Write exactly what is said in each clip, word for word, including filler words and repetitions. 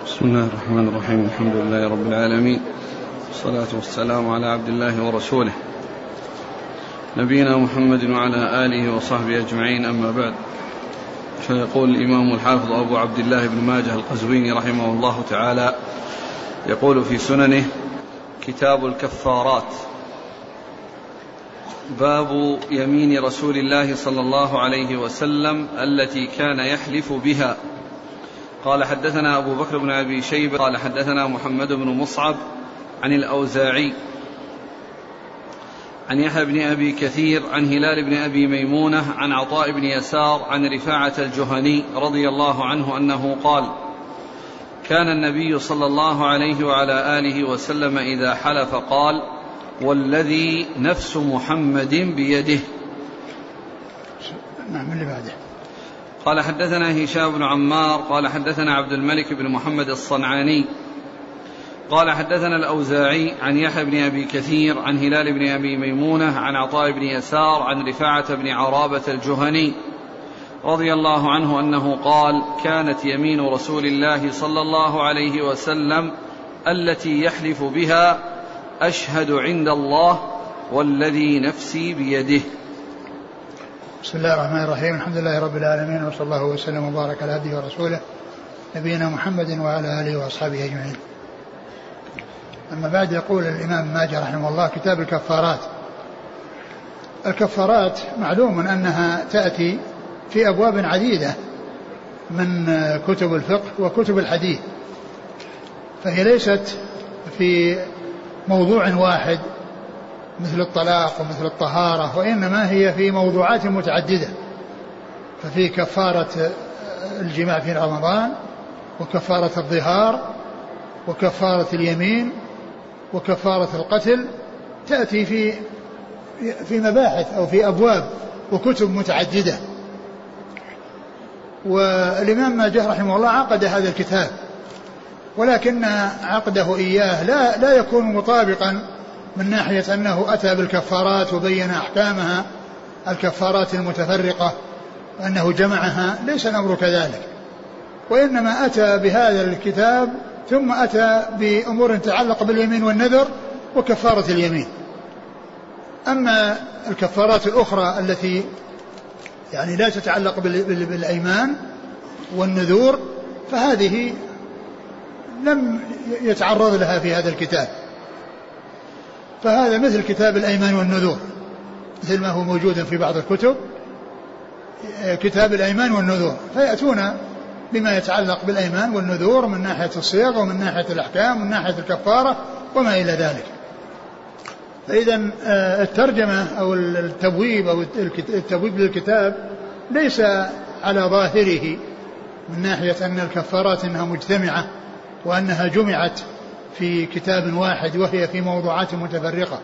بسم الله الرحمن الرحيم. الحمد لله رب العالمين، والصلاة والسلام على عبد الله ورسوله نبينا محمد وعلى آله وصحبه أجمعين، أما بعد. فيقول الإمام الحافظ أبو عبد الله بن ماجه القزويني رحمه الله تعالى، يقول في سننه: كتاب الكفارات. باب يمين رسول الله صلى الله عليه وسلم التي كان يحلف بها. قال: حدثنا أبو بكر بن أبي شيبة قال: حدثنا محمد بن مصعب عن الأوزاعي عن يحيى بن أبي كثير عن هلال بن أبي ميمونة عن عطاء بن يسار عن رفاعة الجهني رضي الله عنه أنه قال: كان النبي صلى الله عليه وعلى آله وسلم إذا حلف قال: والذي نفس محمد بيده. نعم. اللي بعده. قال: حدثنا هشام بن عمار قال: حدثنا عبد الملك بن محمد الصنعاني قال: حدثنا الأوزاعي عن يحيى بن أبي كثير عن هلال بن أبي ميمونة عن عطاء بن يسار عن رفاعة بن عرابة الجهني رضي الله عنه أنه قال: كانت يمين رسول الله صلى الله عليه وسلم التي يحلف بها: أشهد عند الله والذي نفسي بيده. بسم الله الرحمن الرحيم. الحمد لله رب العالمين، وصلى الله وسلم وبارك على عبده ورسوله نبينا محمد وعلى آله وأصحابه أجمعين. أما بعد، يقول الإمام ماجه رحمه الله: كتاب الكفارات. الكفارات معلوم أنها تأتي في أبواب عديدة من كتب الفقه وكتب الحديث، فهي ليست في موضوع واحد مثل الطلاق ومثل الطهارة، وإنما هي في موضوعات متعددة. ففي كفارة الجماع في رمضان، وكفارة الظهار، وكفارة اليمين، وكفارة القتل، تأتي في في مباحث أو في أبواب وكتب متعددة. والإمام ماجه رحمه الله عقد هذا الكتاب، ولكن عقده إياه لا, لا يكون مطابقا من ناحية أنه أتى بالكفارات وبين أحكامها، الكفارات المتفرقة، وأنه جمعها. ليس الأمر كذلك، وإنما أتى بهذا الكتاب ثم أتى بأمور تتعلق باليمين والنذر وكفارة اليمين. أما الكفارات الأخرى التي يعني لا تتعلق بالأيمان والنذور فهذه لم يتعرض لها في هذا الكتاب. فهذا مثل كتاب الأيمان والنذور، مثل ما هو موجود في بعض الكتب، كتاب الأيمان والنذور، فيأتون بما يتعلق بالأيمان والنذور من ناحية الصيغ ومن ناحية الأحكام ومن ناحية الكفارة وما إلى ذلك. فإذا الترجمة أو التبويب أو التبويب للكتاب ليس على ظاهره من ناحية أن الكفارات إنها مجتمعة وأنها جمعت في كتاب واحد وهي في موضوعات متفرقة.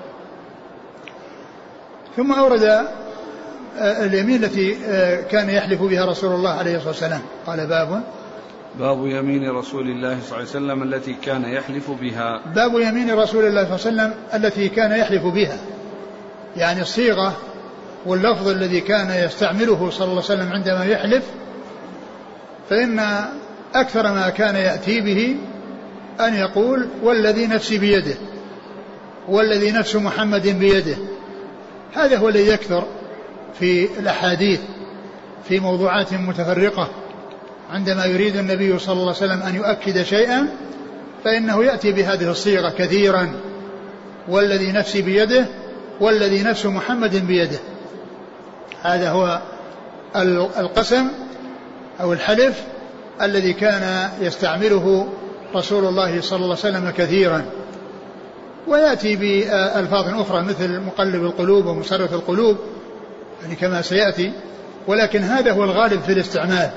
ثم أورد اليمين التي كان يحلف بها رسول الله عليه الصلاة والسلام. قال: باب باب يمين رسول الله صلى الله عليه وسلم التي كان يحلف بها. باب يمين رسول الله صلى الله عليه وسلم التي كان يحلف بها، يعني الصيغة واللفظ الذي كان يستعمله صلى الله عليه وسلم عندما يحلف، فإن أكثر ما كان يأتي به أن يقول: والذي نفسي بيده، والذي نفس محمد بيده. هذا هو الذي يكثر في الأحاديث في موضوعات متفرقة. عندما يريد النبي صلى الله عليه وسلم أن يؤكد شيئا فإنه يأتي بهذه الصيغة كثيرا: والذي نفسي بيده، والذي نفس محمد بيده. هذا هو القسم أو الحلف الذي كان يستعمله رسول الله صلى الله عليه وسلم كثيرا. ويأتي بألفاظ أخرى مثل مقلب القلوب ومصرف القلوب، يعني كما سيأتي، ولكن هذا هو الغالب في الاستعمال.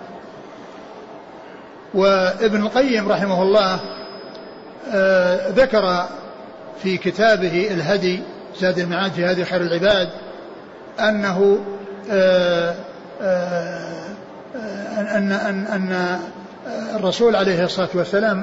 وابن القيم رحمه الله آه ذكر في كتابه الهدي زاد المعاد في هدي خير العباد أنه آه آه أن, أن, أن الرسول عليه الصلاة والسلام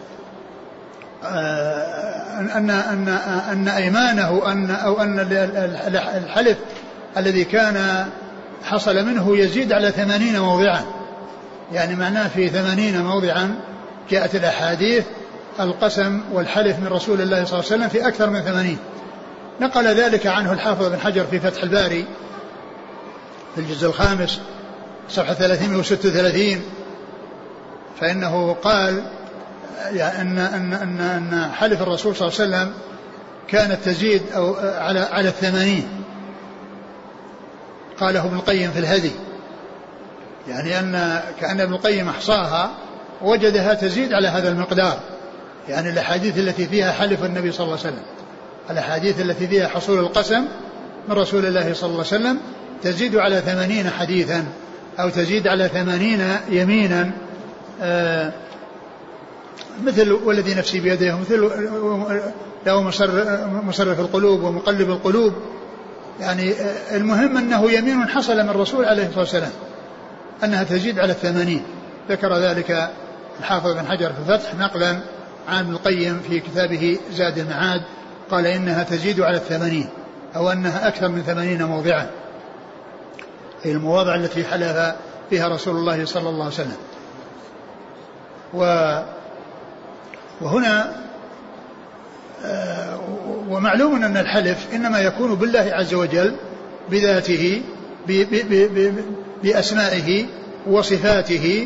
أن, أن, أن أيمانه أن أو أن الحلف الذي كان حصل منه يزيد على ثمانين موضعا، يعني معناه في ثمانين موضعا جاءت الأحاديث القسم والحلف من رسول الله صلى الله عليه وسلم في أكثر من ثمانين. نقل ذلك عنه الحافظ بن حجر في فتح الباري في الجزء الخامس صفحة ثلاثمائة وستة وثلاثين، فإنه قال يعني أن, أن, أن, أن حلف الرسول صلى الله عليه وسلم كانت تزيد أو على على الثمانين. قاله ابن القيم في الهدي، يعني أن كأن ابن القيم أحصاها وجدها تزيد على هذا المقدار، يعني الأحاديث التي فيها حلف النبي صلى الله عليه وسلم، الأحاديث التي فيها حصول القسم من رسول الله صلى الله عليه وسلم تزيد على ثمانين حديثا أو تزيد على ثمانين يمينا، آه مثل والذي نفسي بيده، مثل له مصرف القلوب ومقلب القلوب. يعني المهم أنه يمين حصل من الرسول عليه الصلاة والسلام أنها تزيد على الثمانين. ذكر ذلك الحافظ بن حجر في الفتح نقلا عن ابن القيم في كتابه زاد المعاد، قال إنها تزيد على الثمانين أو أنها أكثر من ثمانين موضعا، أي المواضع التي حلف فيها رسول الله صلى الله عليه وسلم. وهنا ومعلوم أن الحلف إنما يكون بالله عز وجل بذاته بأسمائه وصفاته،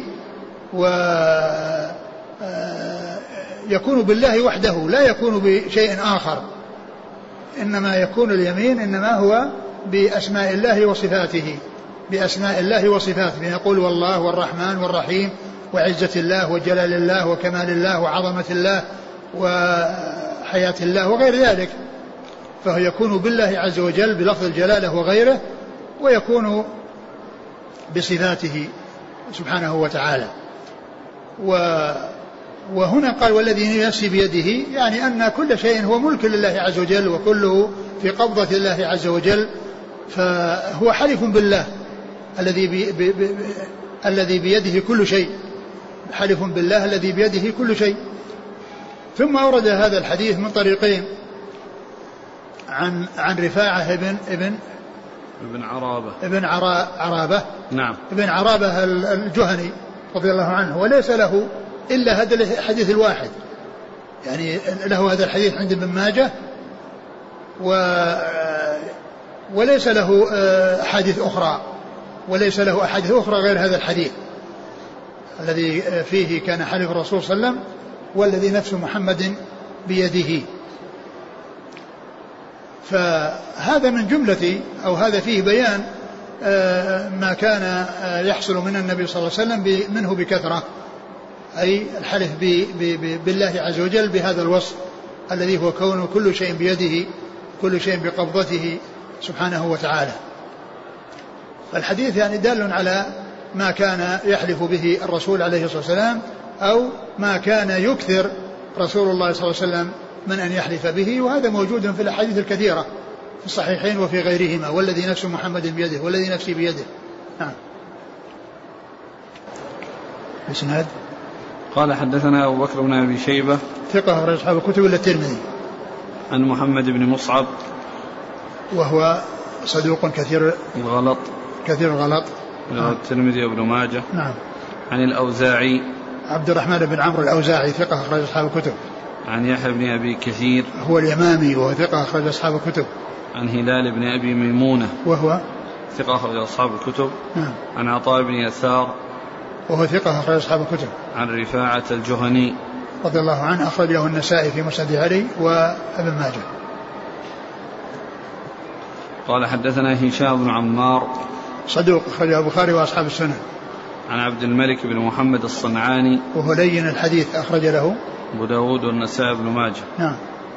ويكون بالله وحده لا يكون بشيء آخر، إنما يكون اليمين إنما هو بأسماء الله وصفاته، بأسماء الله وصفاته، يقول والله والرحمن والرحيم وعزة الله وجلال الله وكمال الله وعظمة الله وحياة الله وغير ذلك، فهو يكون بالله عز وجل بلفظ الجلالة وغيره، ويكون بصفاته سبحانه وتعالى. وهنا قال والذي نفسي بيده، يعني أن كل شيء هو ملك لله عز وجل وكله في قبضة الله عز وجل، فهو حلف بالله الذي بي بي بي الذي بيده كل شيء، حلف بالله الذي بيده كل شيء. ثم أورد هذا الحديث من طريقين عن عن رفاعة ابن ابن ابن عرابة ابن عرا عرابة نعم ابن عرابة الجهني رضي الله عنه، وليس له إلا هذا الحديث الواحد، يعني له هذا الحديث عند ابن ماجه و وليس له أحاديث أخرى وليس له أحاديث أخرى غير هذا الحديث الذي فيه كان حلف الرسول صلى الله عليه وسلم والذي نفس محمد بيده. فهذا من جملة أو هذا فيه بيان ما كان يحصل من النبي صلى الله عليه وسلم منه بكثرة، أي الحلف بالله عز وجل بهذا الوصف الذي هو كون كل شيء بيده، كل شيء بقبضته سبحانه وتعالى. فالحديث يعني دال على ما كان يحلف به الرسول عليه الصلاة والسلام، أو ما كان يكثر رسول الله صلى الله عليه وسلم من أن يحلف به، وهذا موجود في الأحاديث الكثيرة في الصحيحين وفي غيرهما، والذي نفس محمد بيده والذي نفسي بيده. نعم. إسناد. قال حدثنا أبو بكر بن أبي شيبة ثقة أخرج أصحاب الكتب إلا الترمذي. عن محمد بن مصعب وهو صدوق كثير الغلط كثير الغلط له الترمذي وابن ماجه. نعم. عن الأوزاعي عبد الرحمن بن عمرو الأوزاعي ثقة أخرج أصحاب الكتب. عن يحيى بن أبي كثير هو اليمامي وهو ثقة أخرج أصحاب الكتب. عن هلال بن أبي ميمونة وهو ثقة أخرج أصحاب الكتب. نعم. عن عطاء بن يسار وهو ثقة أخرج أصحاب الكتب. عن رفاعة الجهني رضي الله عنه أخرجه النسائي في مسند علي وابن ماجه. قال حدثنا هشام بن عمار صدوق أخرجه البخاري وأصحاب السنن. عن عبد الملك بن محمد الصنعاني وهو لين الحديث أخرج له أبو داود والنسائي بن ماجه. نعم.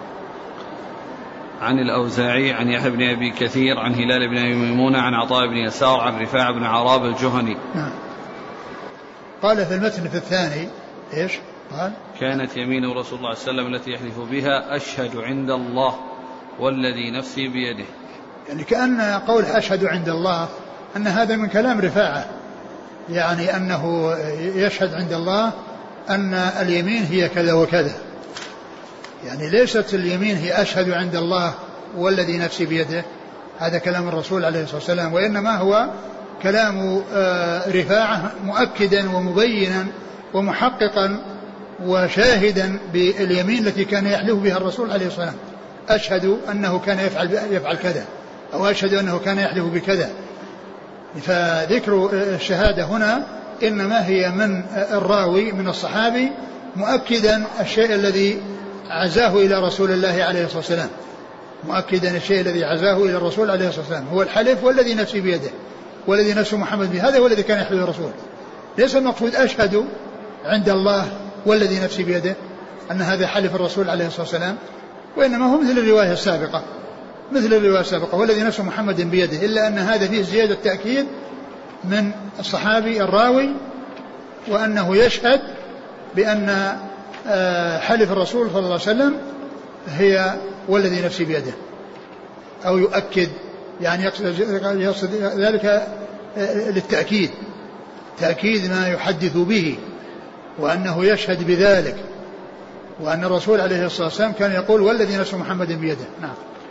عن الأوزاعي عن يحيى بن أبي كثير عن هلال بن أبي ميمونة عن عطاء بن يسار عن رفاعة بن عراب الجهني. نعم. قال في المتن في الثاني إيش قال؟ كانت يمين رسول الله صلى الله عليه وسلم التي يحلف بها أشهد عند الله والذي نفسي بيده، يعني كأن قول أشهد عند الله أن هذا من كلام رفاعة، يعني أنه يشهد عند الله أن اليمين هي كذا وكذا، يعني ليست اليمين هي أشهد عند الله والذي نفسي بيده، هذا كلام الرسول عليه الصلاة والسلام، وإنما هو كلام رفاعة مؤكدا ومبينا ومحققا وشاهدا باليمين التي كان يحلف بها الرسول عليه الصلاة والسلام، أشهد أنه كان يفعل, يفعل كذا، أو أشهد أنه كان يحلف بكذا. فذكر الشهادة هنا إنما هي من الراوي من الصحابي مؤكدا الشيء الذي عزاه إلى رسول الله عليه الصلاة والسلام، مؤكدا الشيء الذي عزاه إلى الرسول عليه الصلاة والسلام، هو الحلف والذي نفسي بيده والذي نفس محمد به، هذا هو الذي كان يحلف الرسول. ليس المقصود أشهد عند الله والذي نفسي بيده أن هذا حلف الرسول عليه الصلاة والسلام، وإنما هو مثل الرواية السابقة مثل الرواية السابقة والذي نفس محمد بيده، إلا أن هذا فيه زيادة تأكيد من الصحابي الراوي، وأنه يشهد بأن حلف الرسول صلى الله عليه وسلم هي والذي نفسي بيده، أو يؤكد يعني يقصد ذلك للتأكيد، تأكيد ما يحدث به، وأنه يشهد بذلك، وأن الرسول عليه الصلاة والسلام كان يقول والذي نفس محمد بيده. نعم.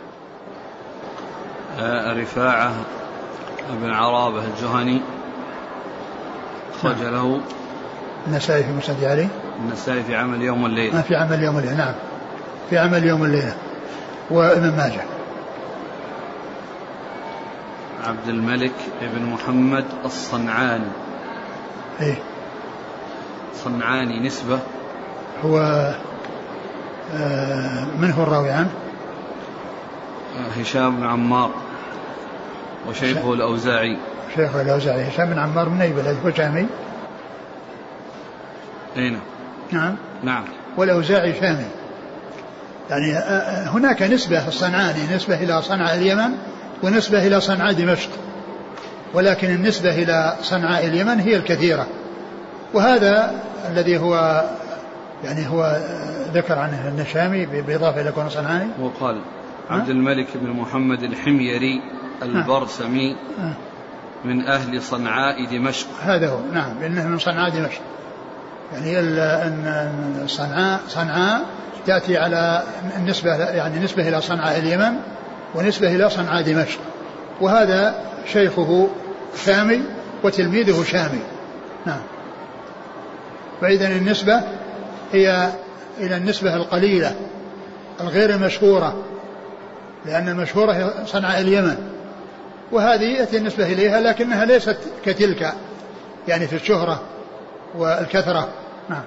رفاعة بن عرابة الجهني خرج له النسائي في مسند علي، النسائي في عمل يوم والليلة، في عمل يوم والليلة. نعم، في عمل يوم والليلة، وابن ماجه. عبد الملك بن محمد الصنعاني. ايه صنعاني نسبة، هو آه من هو الراوي عنه؟ هشام بن عمار وشيخه الأوزاعي. شيخه الأوزاعي هشام بن عمار من أي بلد؟ هو شامي؟ أين؟ نعم نعم. والأوزاعي شامي. يعني هناك نسبة في الصنعاني، نسبة إلى صنعاء اليمن ونسبة إلى صنعاء دمشق، ولكن النسبة إلى صنعاء اليمن هي الكثيرة. وهذا الذي هو يعني هو ذكر عنه النشامي بإضافة إلى كونه صنعاني. وقال عبد الملك بن محمد الحميري البرسمي من أهل صنعاء دمشق. هذا هو. نعم، إنه من صنعاء دمشق. يعني أن صنعاء صنعاء تأتي على النسبة، يعني نسبة إلى صنعاء اليمن ونسبة إلى صنعاء دمشق، وهذا شيخه شامي وتلميذه شامي. نعم. فإذن النسبة هي إلى النسبة القليلة الغير المشهورة، لأن المشهورة هي صنعاء اليمن، وهذه يأتي النسبة إليها لكنها ليست كتلك يعني في الشهرة والكثرة. نعم.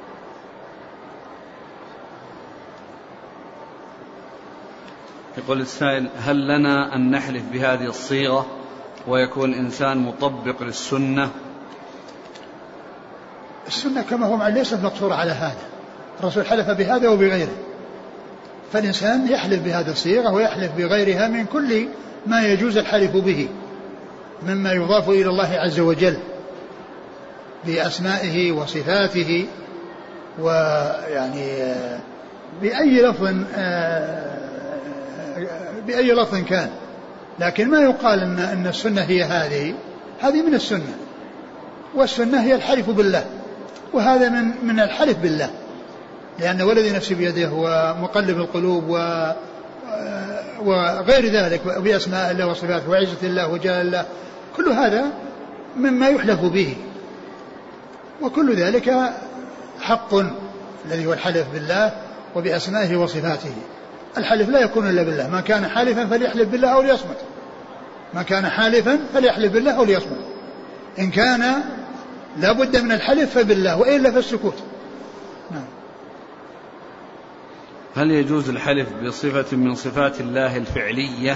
يقول السائل: هل لنا أن نحلف بهذه الصيغة ويكون الإنسان مطبق للسنة؟ السنة كما هو معلوم ليست مقصورة على هذا، الرسول حلف بهذا وبغيره، فالإنسان يحلف بهذه الصيغة ويحلف بغيرها من كل ما يجوز الحلف به مما يضاف إلى الله عز وجل بأسمائه وصفاته، ويعني بأي لفظ بأي لفظ كان، لكن ما يقال إن, إن السنة هي هذه هذه من السنة، والسنة هي الحلف بالله، وهذا من من الحلف بالله، لأن والذي نفسي بيده هو مقلب القلوب و وغير ذلك بأسماء الله وصفاته وعزة الله وجلال الله، كل هذا مما يحلف به، وكل ذلك حق الذي هو الحلف بالله وبأسمائه وصفاته. الحلف لا يكون إلا بالله، ما كان حالفا فليحلف بالله أو ليصمت، ما كان حالفا فليحلف بالله أو ليصمت، إن كان لا بد من الحلف فبالله، وإلا فالسكوت. نعم. هل يجوز الحلف بصفة من صفات الله الفعلية؟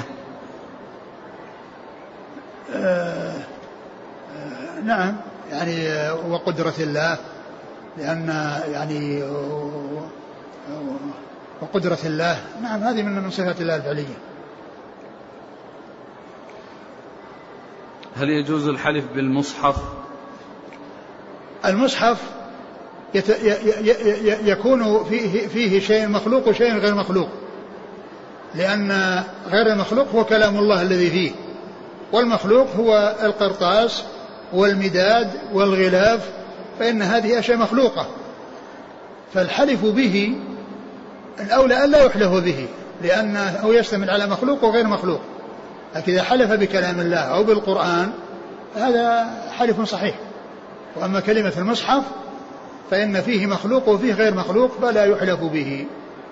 آه آه نعم، يعني وقدرة الله، لأن يعني وقدرة الله نعم هذه من صفات الله الفعلية. هل يجوز الحلف بالمصحف؟ المصحف يت... ي... ي... يكون فيه فيه شيء مخلوق وشيء غير مخلوق، لأن غير المخلوق هو كلام الله الذي فيه، والمخلوق هو القرطاس والمداد والغلاف، فإن هذه أشياء مخلوقة، فالحلف به الأولى ألا يحلف به، لأنه يشتمل على مخلوق وغير مخلوق، لكن إذا حلف بكلام الله أو بالقرآن هذا حلف صحيح. وأما كلمة المصحف فإن فيه مخلوق وفيه غير مخلوق فلا يحلف به.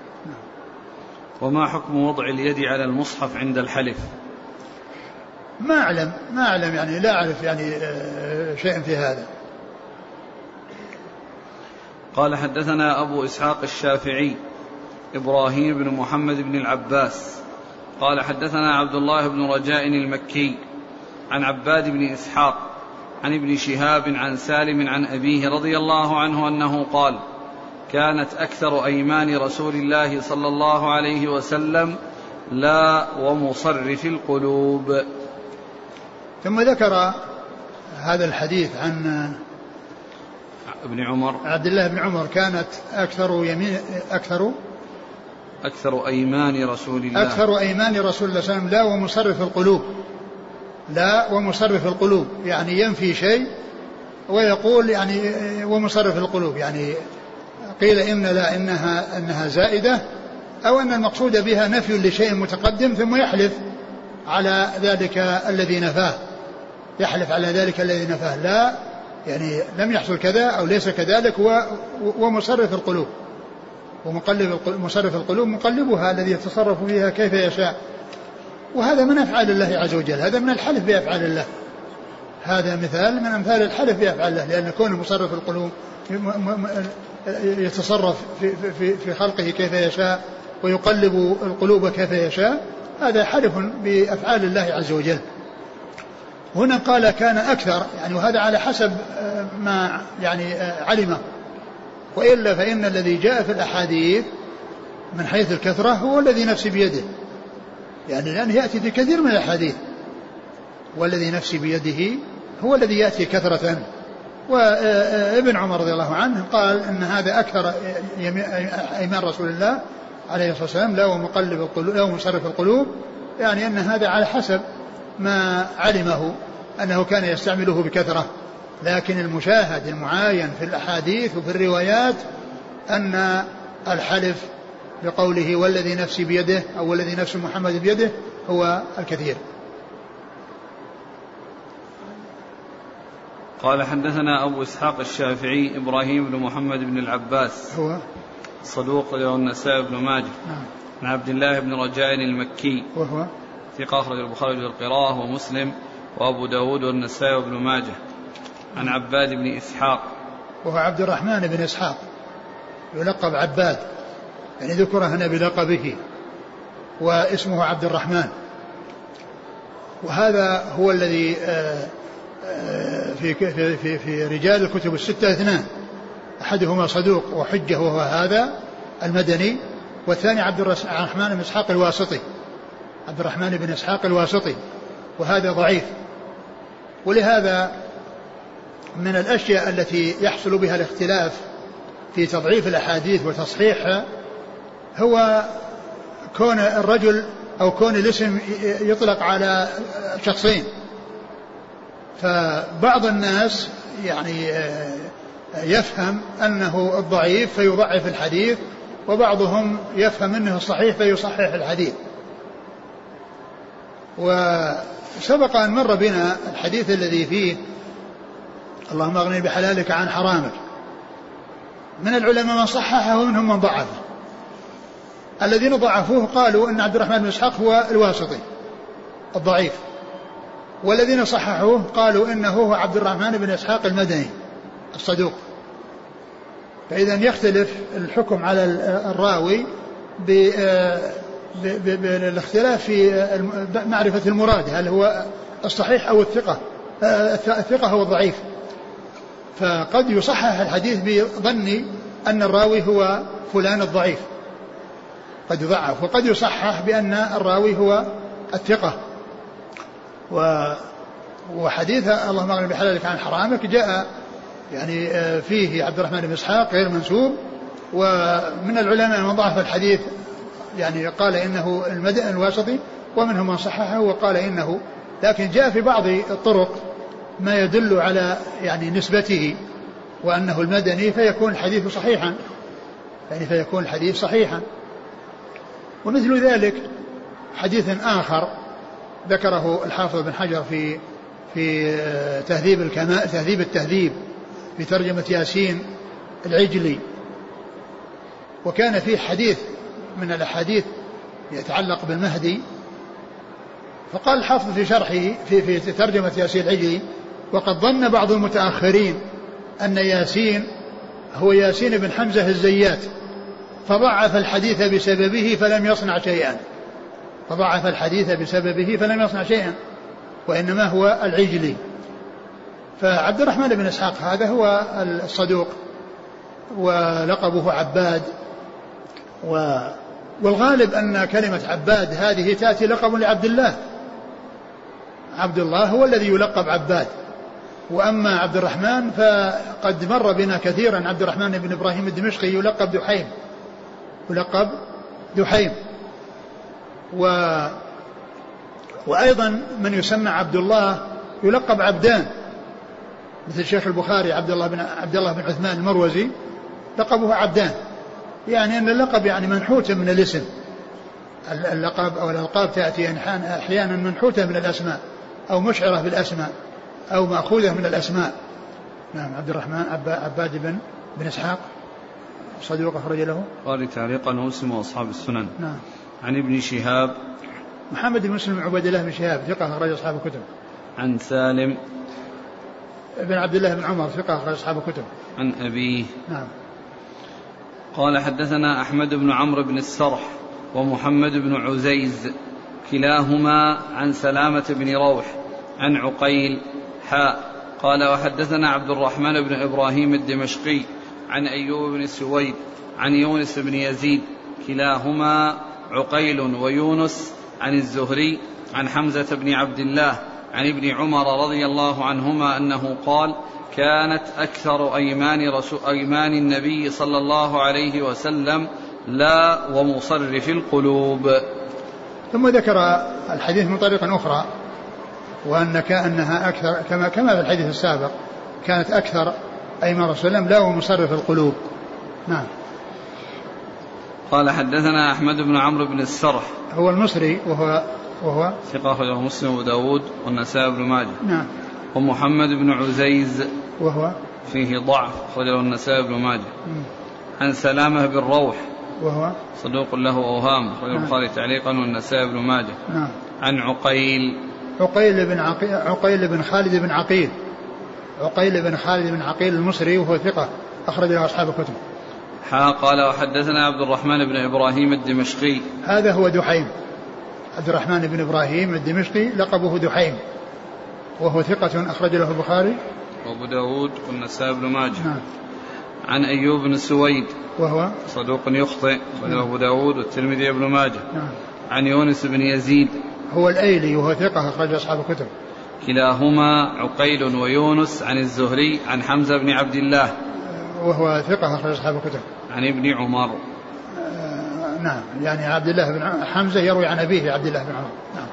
وما حكم وضع اليد على المصحف عند الحلف؟ ما أعلم ما أعلم يعني لا أعرف يعني شيء في هذا. قال حدثنا أبو إسحاق الشافعي إبراهيم بن محمد بن العباس قال حدثنا عبد الله بن رجاء المكي عن عباد بن إسحاق عن ابن شهاب عن سالم عن أبيه رضي الله عنه أنه قال كانت أكثر أيمان رسول الله صلى الله عليه وسلم لا ومصرف القلوب. ثم ذكر هذا الحديث عن ابن عمر عبد الله بن عمر كانت أكثر يمين أكثر أكثر أيمان رسول الله أكثر أيمان رسول الله صلى الله عليه وسلم لا ومصرف القلوب لا ومصرف القلوب يعني ينفي شيء ويقول يعني ومصرف القلوب يعني قيل إن لا إنها أنها زائدة أو أن المقصود بها نفي لشيء متقدم ثم يحلف على ذلك الذي نفاه يحلف على ذلك الذي نفاه لا يعني لم يحصل كذا أو ليس كذلك ومصرف القلوب ومقلب مصرف القلوب مقلبها الذي يتصرف فيها كيف يشاء وهذا من أفعال الله عز وجل هذا من الحلف بأفعال الله هذا مثال من أمثال الحلف بأفعال الله لأن كونه مصرف القلوب يتصرف في, في, في خلقه كيف يشاء ويقلب القلوب كيف يشاء هذا حلف بأفعال الله عز وجل. هنا قال كان أكثر يعني وهذا على حسب ما يعني علمه وإلا فإن الذي جاء في الأحاديث من حيث الكثرة هو الذي نفسي بيده يعني لأنه يأتي في كثير من الأحاديث والذي نفسي بيده هو الذي يأتي كثرة. وابن عمر رضي الله عنه قال إن هذا أكثر أيمان رسول الله عليه الصلاة والسلام لا ومقلب القلوب لا ومصرف القلوب يعني أن هذا على حسب ما علمه أنه كان يستعمله بكثرة لكن المشاهد المعاين في الأحاديث وفي الروايات أن الحلف بقوله والذي نفسي بيده أو والذي نفس محمد بيده هو الكثير. قال حدثنا أبو إسحاق الشافعي إبراهيم بن محمد بن العباس هو صدوق له النسائي بن ماجه نعم. عن عبد الله بن رجاء المكي وهو ثقة أخرج البخاري والقراءة ومسلم وأبو داود والنسائي بن ماجه عن عباد بن إسحاق وهو عبد الرحمن بن إسحاق يلقب عباد يعني ذكر هنا بلقبه واسمه عبد الرحمن وهذا هو الذي في في في رجال الكتب الستة اثنان أحدهما صدوق وحجة وهو هذا المدني والثاني عبد الرحمن بن إسحاق الواسطي عبد الرحمن بن إسحاق الواسطي وهذا ضعيف. ولهذا من الأشياء التي يحصل بها الاختلاف في تضعيف الأحاديث وتصحيحها هو كون الرجل أو كون الاسم يطلق على شخصين فبعض الناس يعني يفهم أنه الضعيف فيضعف الحديث وبعضهم يفهم أنه الصحيح فيصحح الحديث. وسبق أن مر بنا الحديث الذي فيه اللهم اغنني بحلالك عن حرامك من العلماء من صححه ومنهم من ضعفه. الذين ضعفوه قالوا أن عبد الرحمن بن إسحاق هو الواسطي الضعيف والذين صححوه قالوا إنه هو عبد الرحمن بن إسحاق المدني الصدوق. فإذا يختلف الحكم على الراوي بالاختلاف في معرفة المراد هل هو الصحيح أو الثقة الثقة هو الضعيف. فقد يصحح الحديث بظن أن الراوي هو فلان الضعيف قد يضعف وقد يصحح بأن الراوي هو الثقة. وحديث اللهم اغنني بحلالك عن حرامك جاء يعني فيه عبد الرحمن بن إسحاق غير منسوب ومن العلماء من ضعف الحديث يعني قال إنه المدني الواسطي ومنهم من صححه وقال إنه لكن جاء في بعض الطرق ما يدل على يعني نسبته وأنه المدني فيكون الحديث صحيحا يعني فيكون الحديث صحيحا. ومثل ذلك حديث آخر ذكره الحافظ بن حجر في في تهذيب الكمال تهذيب التهذيب في ترجمة ياسين العجلي. وكان فيه حديث من الأحاديث يتعلق بالمهدي، فقال الحافظ في شرحه في, في ترجمة ياسين العجلي: وقد ظن بعض المتأخرين أن ياسين هو ياسين بن حمزة الزيات فضعف الحديث بسببه فلم يصنع شيئا فضعف الحديث بسببه فلم يصنع شيئا وإنما هو العجلي. فعبد الرحمن بن إسحاق هذا هو الصدوق ولقبه عباد، والغالب أن كلمة عباد هذه تأتي لقب لعبد الله. عبد الله هو الذي يلقب عباد، وأما عبد الرحمن فقد مر بنا كثيرا عبد الرحمن بن إبراهيم الدمشقي يلقب دحيم يلقب دحيم و وأيضا من يسمى عبد الله يلقب عبدان، مثل الشيخ البخاري عبد الله بن عبد الله بن عثمان المروزي لقبه عبدان، يعني أن اللقب يعني منحوت من الاسم. اللقب أو الألقاب تأتي أحيانا منحوتة من الأسماء أو مشعرة بالأسماء أو مأخوذة من الأسماء. نعم. عبد الرحمن عباد بن بن إسحاق صدوق أخرج له قال تعليقا مسلم وأصحاب السنن. نعم. عن ابن شهاب محمد بن مسلم عبد الله بن شهاب ثقة أخرج أصحاب الكتب. عن سالم بن عبد الله بن عمر ثقة أخرج أصحاب الكتب. عن أبيه. نعم. قال حدثنا أحمد بن عمرو بن السرح ومحمد بن عزيز كلاهما عن سلامة بن روح عن عقيل حاء قال وحدثنا عبد الرحمن بن إبراهيم الدمشقي عن أيوب بن سويد عن يونس بن يزيد كلاهما عقيل ويونس عن الزهري عن حمزة بن عبد الله عن ابن عمر رضي الله عنهما أنه قال كانت أكثر أيمان, رسول أيمان النبي صلى الله عليه وسلم لا ومصرف القلوب. ثم ذكر الحديث من طريقة أخرى وأن كأنها أكثر كما, كما في الحديث السابق كانت أكثر أيمان رسول الله لا ومصرف القلوب. نعم. قال حدثنا أحمد بن عمرو بن السرح هو المصري وهو وهو ثقة أخرجه مسلم وداود والنسائي بن ماجه. نعم. ومحمد بن عزيز وهو فيه ضعف أخرجه النسائي بن ماجه. عن سلامة بن روح وهو صدوق له أوهام أخرجه البخاري تعليقا والنسائي بن ماجه. نعم. عن عقيل عقيل بن عقيل عقيل بن خالد بن عقيل عقيل بن خالد بن عقيل المصري وهو ثقة أخرج له أصحاب الكتب. حا قال وحدثنا عبد الرحمن بن إبراهيم الدمشقي هذا هو دحيم عبد الرحمن بن إبراهيم الدمشقي لقبه دحيم وهو ثقة أخرج له البخاري وأبو داود والنسائي بن ماجه. نعم. عن أيوب بن سويد وهو صدوق يخطئ أخرجه أبو داود والترمذي بن ماجه. نعم. عن يونس بن يزيد هو الأيلي وهو ثقة أخرج أصحاب الكتب. كلاهما عقيل ويونس عن الزهري عن حمزة بن عبد الله وهو ثقة أخرج أصحاب الكتب. عن ابن عمر. آه نعم. يعني عبد الله بن حمزة يروي عن أبيه عبد الله بن عمر. نعم.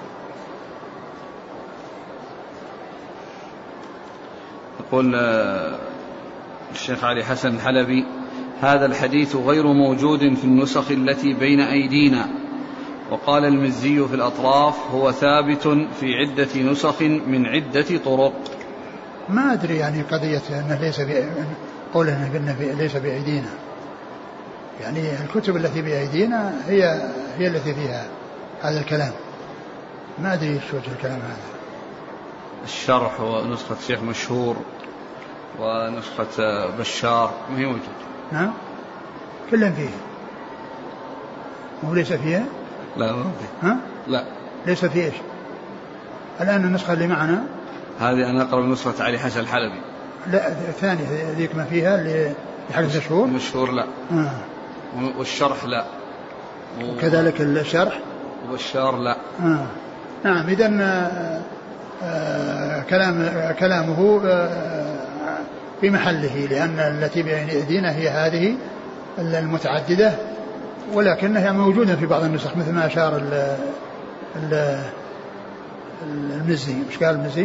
يقول الشيخ علي حسن الحلبي هذا الحديث غير موجود في النسخ التي بين أيدينا. وقال المزي في الأطراف هو ثابت في عدة نسخ من عدة طرق. ما أدري يعني قضية أنه ليس قوله أنه ليس بأيدينا، يعني الكتب التي بأيدينا هي هي التي فيها هذا الكلام. ما أدري ايش وجه الكلام هذا. الشرح ونسخة شيخ مشهور ونسخة بشار ما هي موجود. نعم كلهم فيه. مو ليس فيها؟ لا ما فيه. ها؟ لا ليس فيه ايش؟ الآن النسخة اللي معنا هذه أنا أقرأ نسخة علي حسن الحلبي. لا الثانية ذيك ما فيها اللي حدث مشهور. مشهور لا. آه. والشرح لا. وكذلك الشرح. والشار لا. آه. نعم. إذن آه آه كلام كلامه آه في محله، لأن التي بين أيدينا هي هذه المتعددة، ولكنها موجودة في بعض النسخ مثل ما أشار ال ال المزي. مش قال المزي؟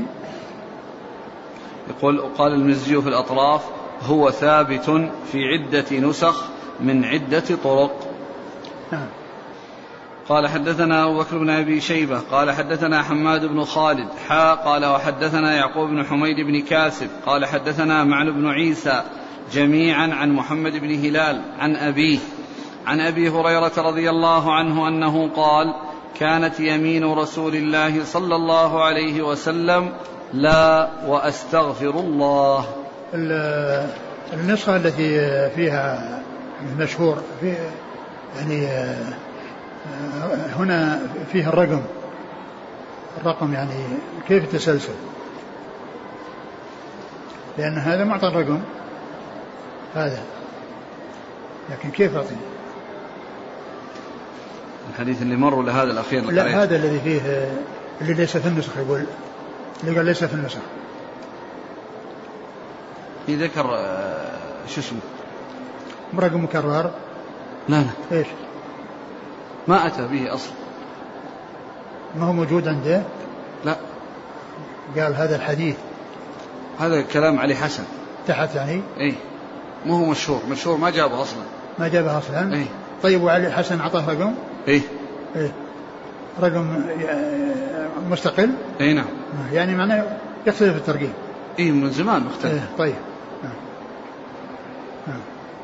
يقول قال المزي في الأطراف هو ثابت في عدة نسخ من عدة طرق. نعم. قال حدثنا أبو بكر بن أبي شيبة قال حدثنا حماد بن خالد حا قال وحدثنا يعقوب بن حميد بن كاسب قال حدثنا معن بن عيسى جميعا عن محمد بن هلال عن أبيه عن أبي هريرة رضي الله عنه أنه قال كانت يمين رسول الله صلى الله عليه وسلم لا وأستغفر الله. النسخة التي فيها المشهور في يعني هنا فيها الرقم الرقم يعني كيف التسلسل، لأن هذا معطى الرقم هذا، لكن كيف أعطي الحديث اللي مر ولا هذا الأخير؟ لا هذا الذي فيه اللي ليس في النسخ، يقول اللي قال ليس في النسخ. في ذكر شو اسمه رقم مكرر. لا لا ايش ما أتى به أصلا، ما هو موجود عنده. لا قال هذا الحديث، هذا كلام علي حسن تحت يعني ايه، ما هو مشهور مشهور ما جابه أصلا ما جابه أصلا ايه. طيب وعلي حسن أعطاه رقم ايه ايه رقم مستقل اي نعم، يعني معناه يختلف الترقيم ايه من زمان مختلف إيه. طيب نعم. نعم.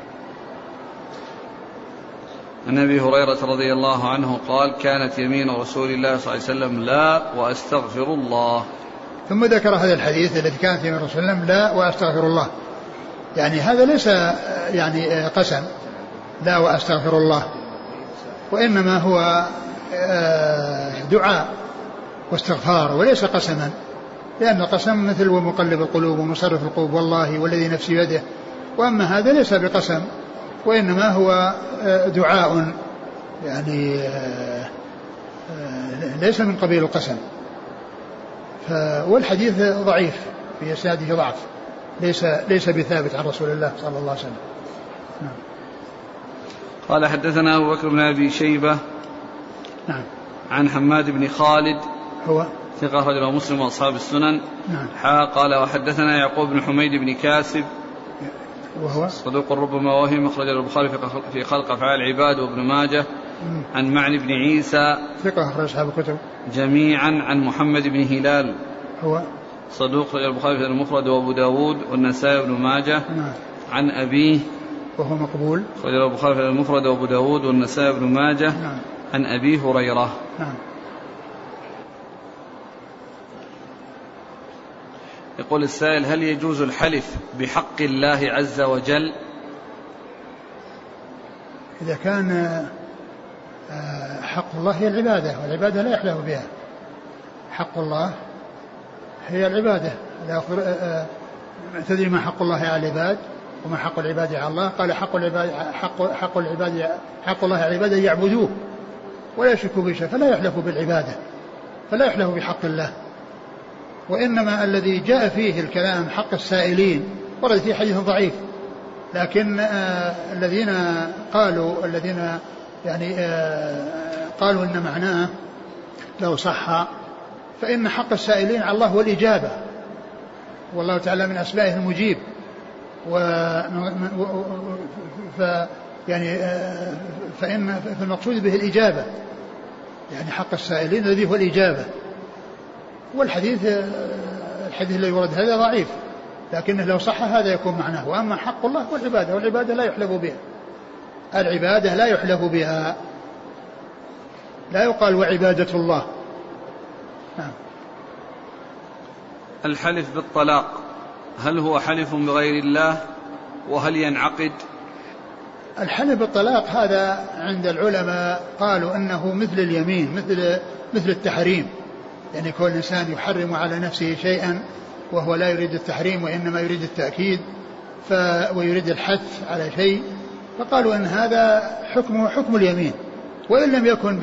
عن أبي هريرة رضي الله عنه قال كانت يمين رسول الله صلى الله عليه وسلم لا وأستغفر الله. ثم ذكر هذا الحديث الذي كانت يمين رسول الله لا وأستغفر الله، يعني هذا ليس يعني قسم لا وأستغفر الله، وإنما هو دعاء واستغفار وليس قسما، لأن القسم مثل ومقلب القلوب ومصرف القلوب والله والذي نفسي بيده، وأما هذا ليس بقسم وإنما هو دعاء يعني ليس من قبيل القسم. والحديث ضعيف في إسناده ضعف، ليس ليس بثابت عن رسول الله صلى الله عليه وسلم. نعم. قال حدثنا أبو بكر بن أبي شيبة نعم عن حماد بن خالد هو ثقة رجل مسلم وأصحاب السنن. نعم. حا قال وحدثنا يعقوب بن حميد بن كاسب وهو صدوق ربما وهم، أخرج البخاري في خلق أفعال العباد وابن ماجه. عن معن بن عيسى ثقة أخرج أصحاب الكتب جميعا عن محمد بن هلال هو صدوق أخرج البخاري في المفرد وأبو داود والنسائي وابن ماجه. نعم. عن أبيه وهو مقبول أخرج البخاري في المفرد وأبو داود والنسائي وابن ماجه. نعم. عن أبي هريرة. نعم. يقول السائل هل يجوز الحلف بحق الله عز وجل؟ إذا كان حق الله هي العبادة، والعبادة لا يحلف بها. حق الله هي العبادة، لا تدري ما حق الله على العباد وما حق العباد على الله. قال حق العباد حق حق العباد حق الله على العباد يعبدوه ولا يشركوا به شيئا، فلا يحلف بالعبادة، فلا يحلف بحق الله. وإنما الذي جاء فيه الكلام حق السائلين ورد فيه حديث ضعيف، لكن آه الذين قالوا الذين يعني آه قالوا إن معناه لو صح فإن حق السائلين على الله هو الإجابة، والله تعالى من أسمائه المجيب، و ف يعني آه فإن فالمقصود به الإجابة، يعني حق السائلين الذي هو الإجابة. والحديث الحديث الذي ورد هذا ضعيف، لكنه لو صح هذا يكون معناه. وأما حق الله والعبادة، والعبادة لا يحلف بها، العبادة لا يحلف بها، لا يقال وعبادة الله. نعم. الحلف بالطلاق هل هو حلف بغير الله؟ وهل ينعقد؟ الحلف بالطلاق هذا عند العلماء قالوا أنه مثل اليمين، مثل مثل التحريم، يعني يكون الإنسان يحرم على نفسه شيئا وهو لا يريد التحريم وإنما يريد التأكيد ف... ويريد الحث على شيء، فقالوا أن هذا حكمه حكم اليمين، وإن لم يكن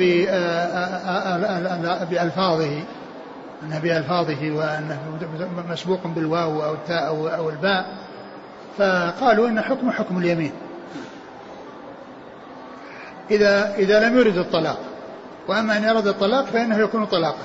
بألفاظه أنه بألفاظه وأنه مسبوق بالواو أو التاء أو الباء، فقالوا أن حكمه حكم اليمين إذا إذا لم يرد الطلاق. وأما أن يرد الطلاق فإنه يكون طلاقا.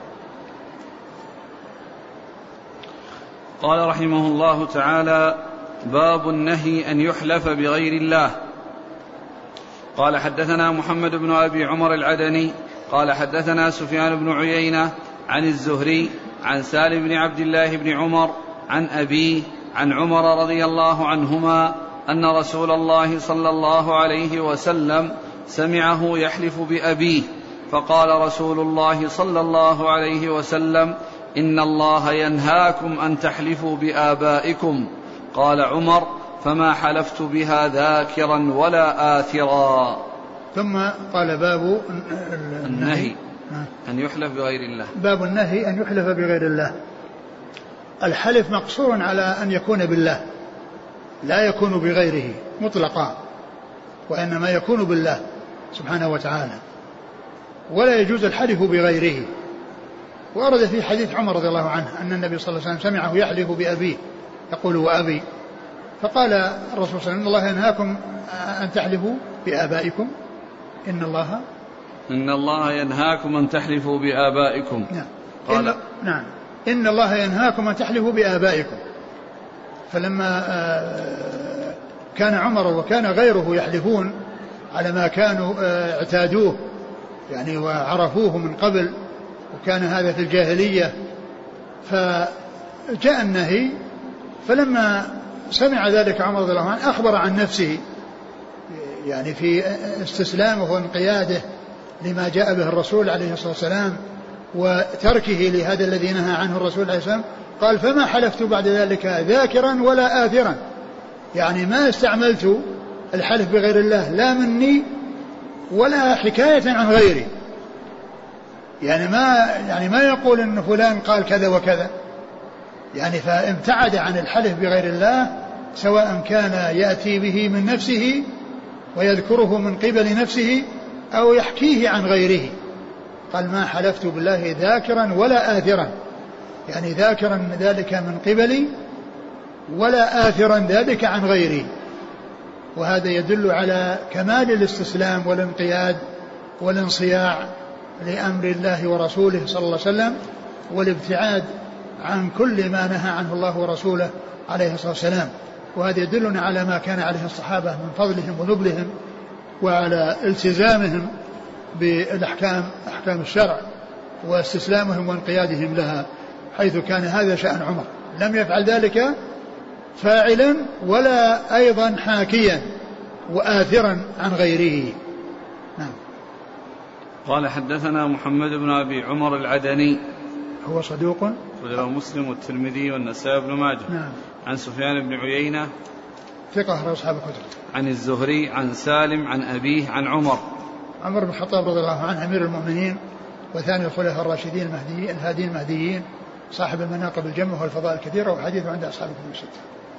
قال رحمه الله تعالى: باب النهي أن يحلف بغير الله. قال حدثنا محمد بن أبي عمر العدني قال حدثنا سفيان بن عيينة عن الزهري عن سالم بن عبد الله بن عمر عن أبيه عن عمر رضي الله عنهما أن رسول الله صلى الله عليه وسلم سمعه يحلف بأبيه فقال رسول الله صلى الله عليه وسلم إن الله ينهاكم أن تحلفوا بآبائكم. قال عمر فما حلفت بها ذاكرا ولا آثرا. ثم قال باب النهي أن يحلف بغير الله. باب النهي أن يحلف بغير الله. الحلف مقصور على أن يكون بالله لا يكون بغيره مطلقا، وإنما يكون بالله سبحانه وتعالى، ولا يجوز الحلف بغيره. وأرد في حديث عمر رضي الله عنه أن النبي صلى الله عليه وسلم سمعه يحلف بأبيه يقول وأبي، فقال الرسول صلى الله عليه وسلم إن الله ينهاكم أن تحلفوا بآبائكم. إن الله إن الله ينهاكم أن تحلفوا بآبائكم. نعم. قال إن نعم إن الله ينهاكم أن تحلفوا بآبائكم. فلما كان عمر وكان غيره يحلفون على ما كانوا اعتادوه يعني وعرفوه من قبل، وكان هذا في الجاهلية، فجاء النهي. فلما سمع ذلك عمر رضي الله عنه أخبر عن نفسه يعني في استسلامه وانقياده لما جاء به الرسول عليه الصلاة والسلام وتركه لهذا الذي نهى عنه الرسول عليه الصلاة والسلام. قال فما حلفت بعد ذلك ذاكرا ولا آثرا، يعني ما استعملت الحلف بغير الله لا مني ولا حكاية عن غيري، يعني ما يعني ما يقول ان فلان قال كذا وكذا، يعني فابتعد عن الحلف بغير الله سواء كان يأتي به من نفسه ويذكره من قبل نفسه أو يحكيه عن غيره. قال ما حلفت بالله ذاكرا ولا آثرا، يعني ذاكرا ذلك من قبلي ولا آثرا ذلك عن غيري. وهذا يدل على كمال الاستسلام والانقياد والانصياع لأمر الله ورسوله صلى الله عليه وسلم، والابتعاد عن كل ما نهى عنه الله ورسوله عليه الصلاة والسلام. وهذا يدلنا على ما كان عليه الصحابة من فضلهم ونبلهم وعلى التزامهم بالأحكام أحكام الشرع واستسلامهم وانقيادهم لها، حيث كان هذا شأن عمر، لم يفعل ذلك فاعلا ولا أيضا حاكيا وآثرا عن غيره. نعم. قال حدثنا محمد بن أبي عمر العدني هو صدوق وله مسلم والترمذي والنسائي بن ماجه. نعم. عن سفيان بن عيينة ثقة أصحاب الكتب. عن الزهري عن سالم عن أبيه عن عمر عمر بن الخطاب رضي الله عنه أمير المؤمنين وثاني الخلفاء الراشدين المهديين الهادين المهديين صاحب المناقب الجمة والفضائل الكثيرة وحديثه عند أصحاب الكتب الستة.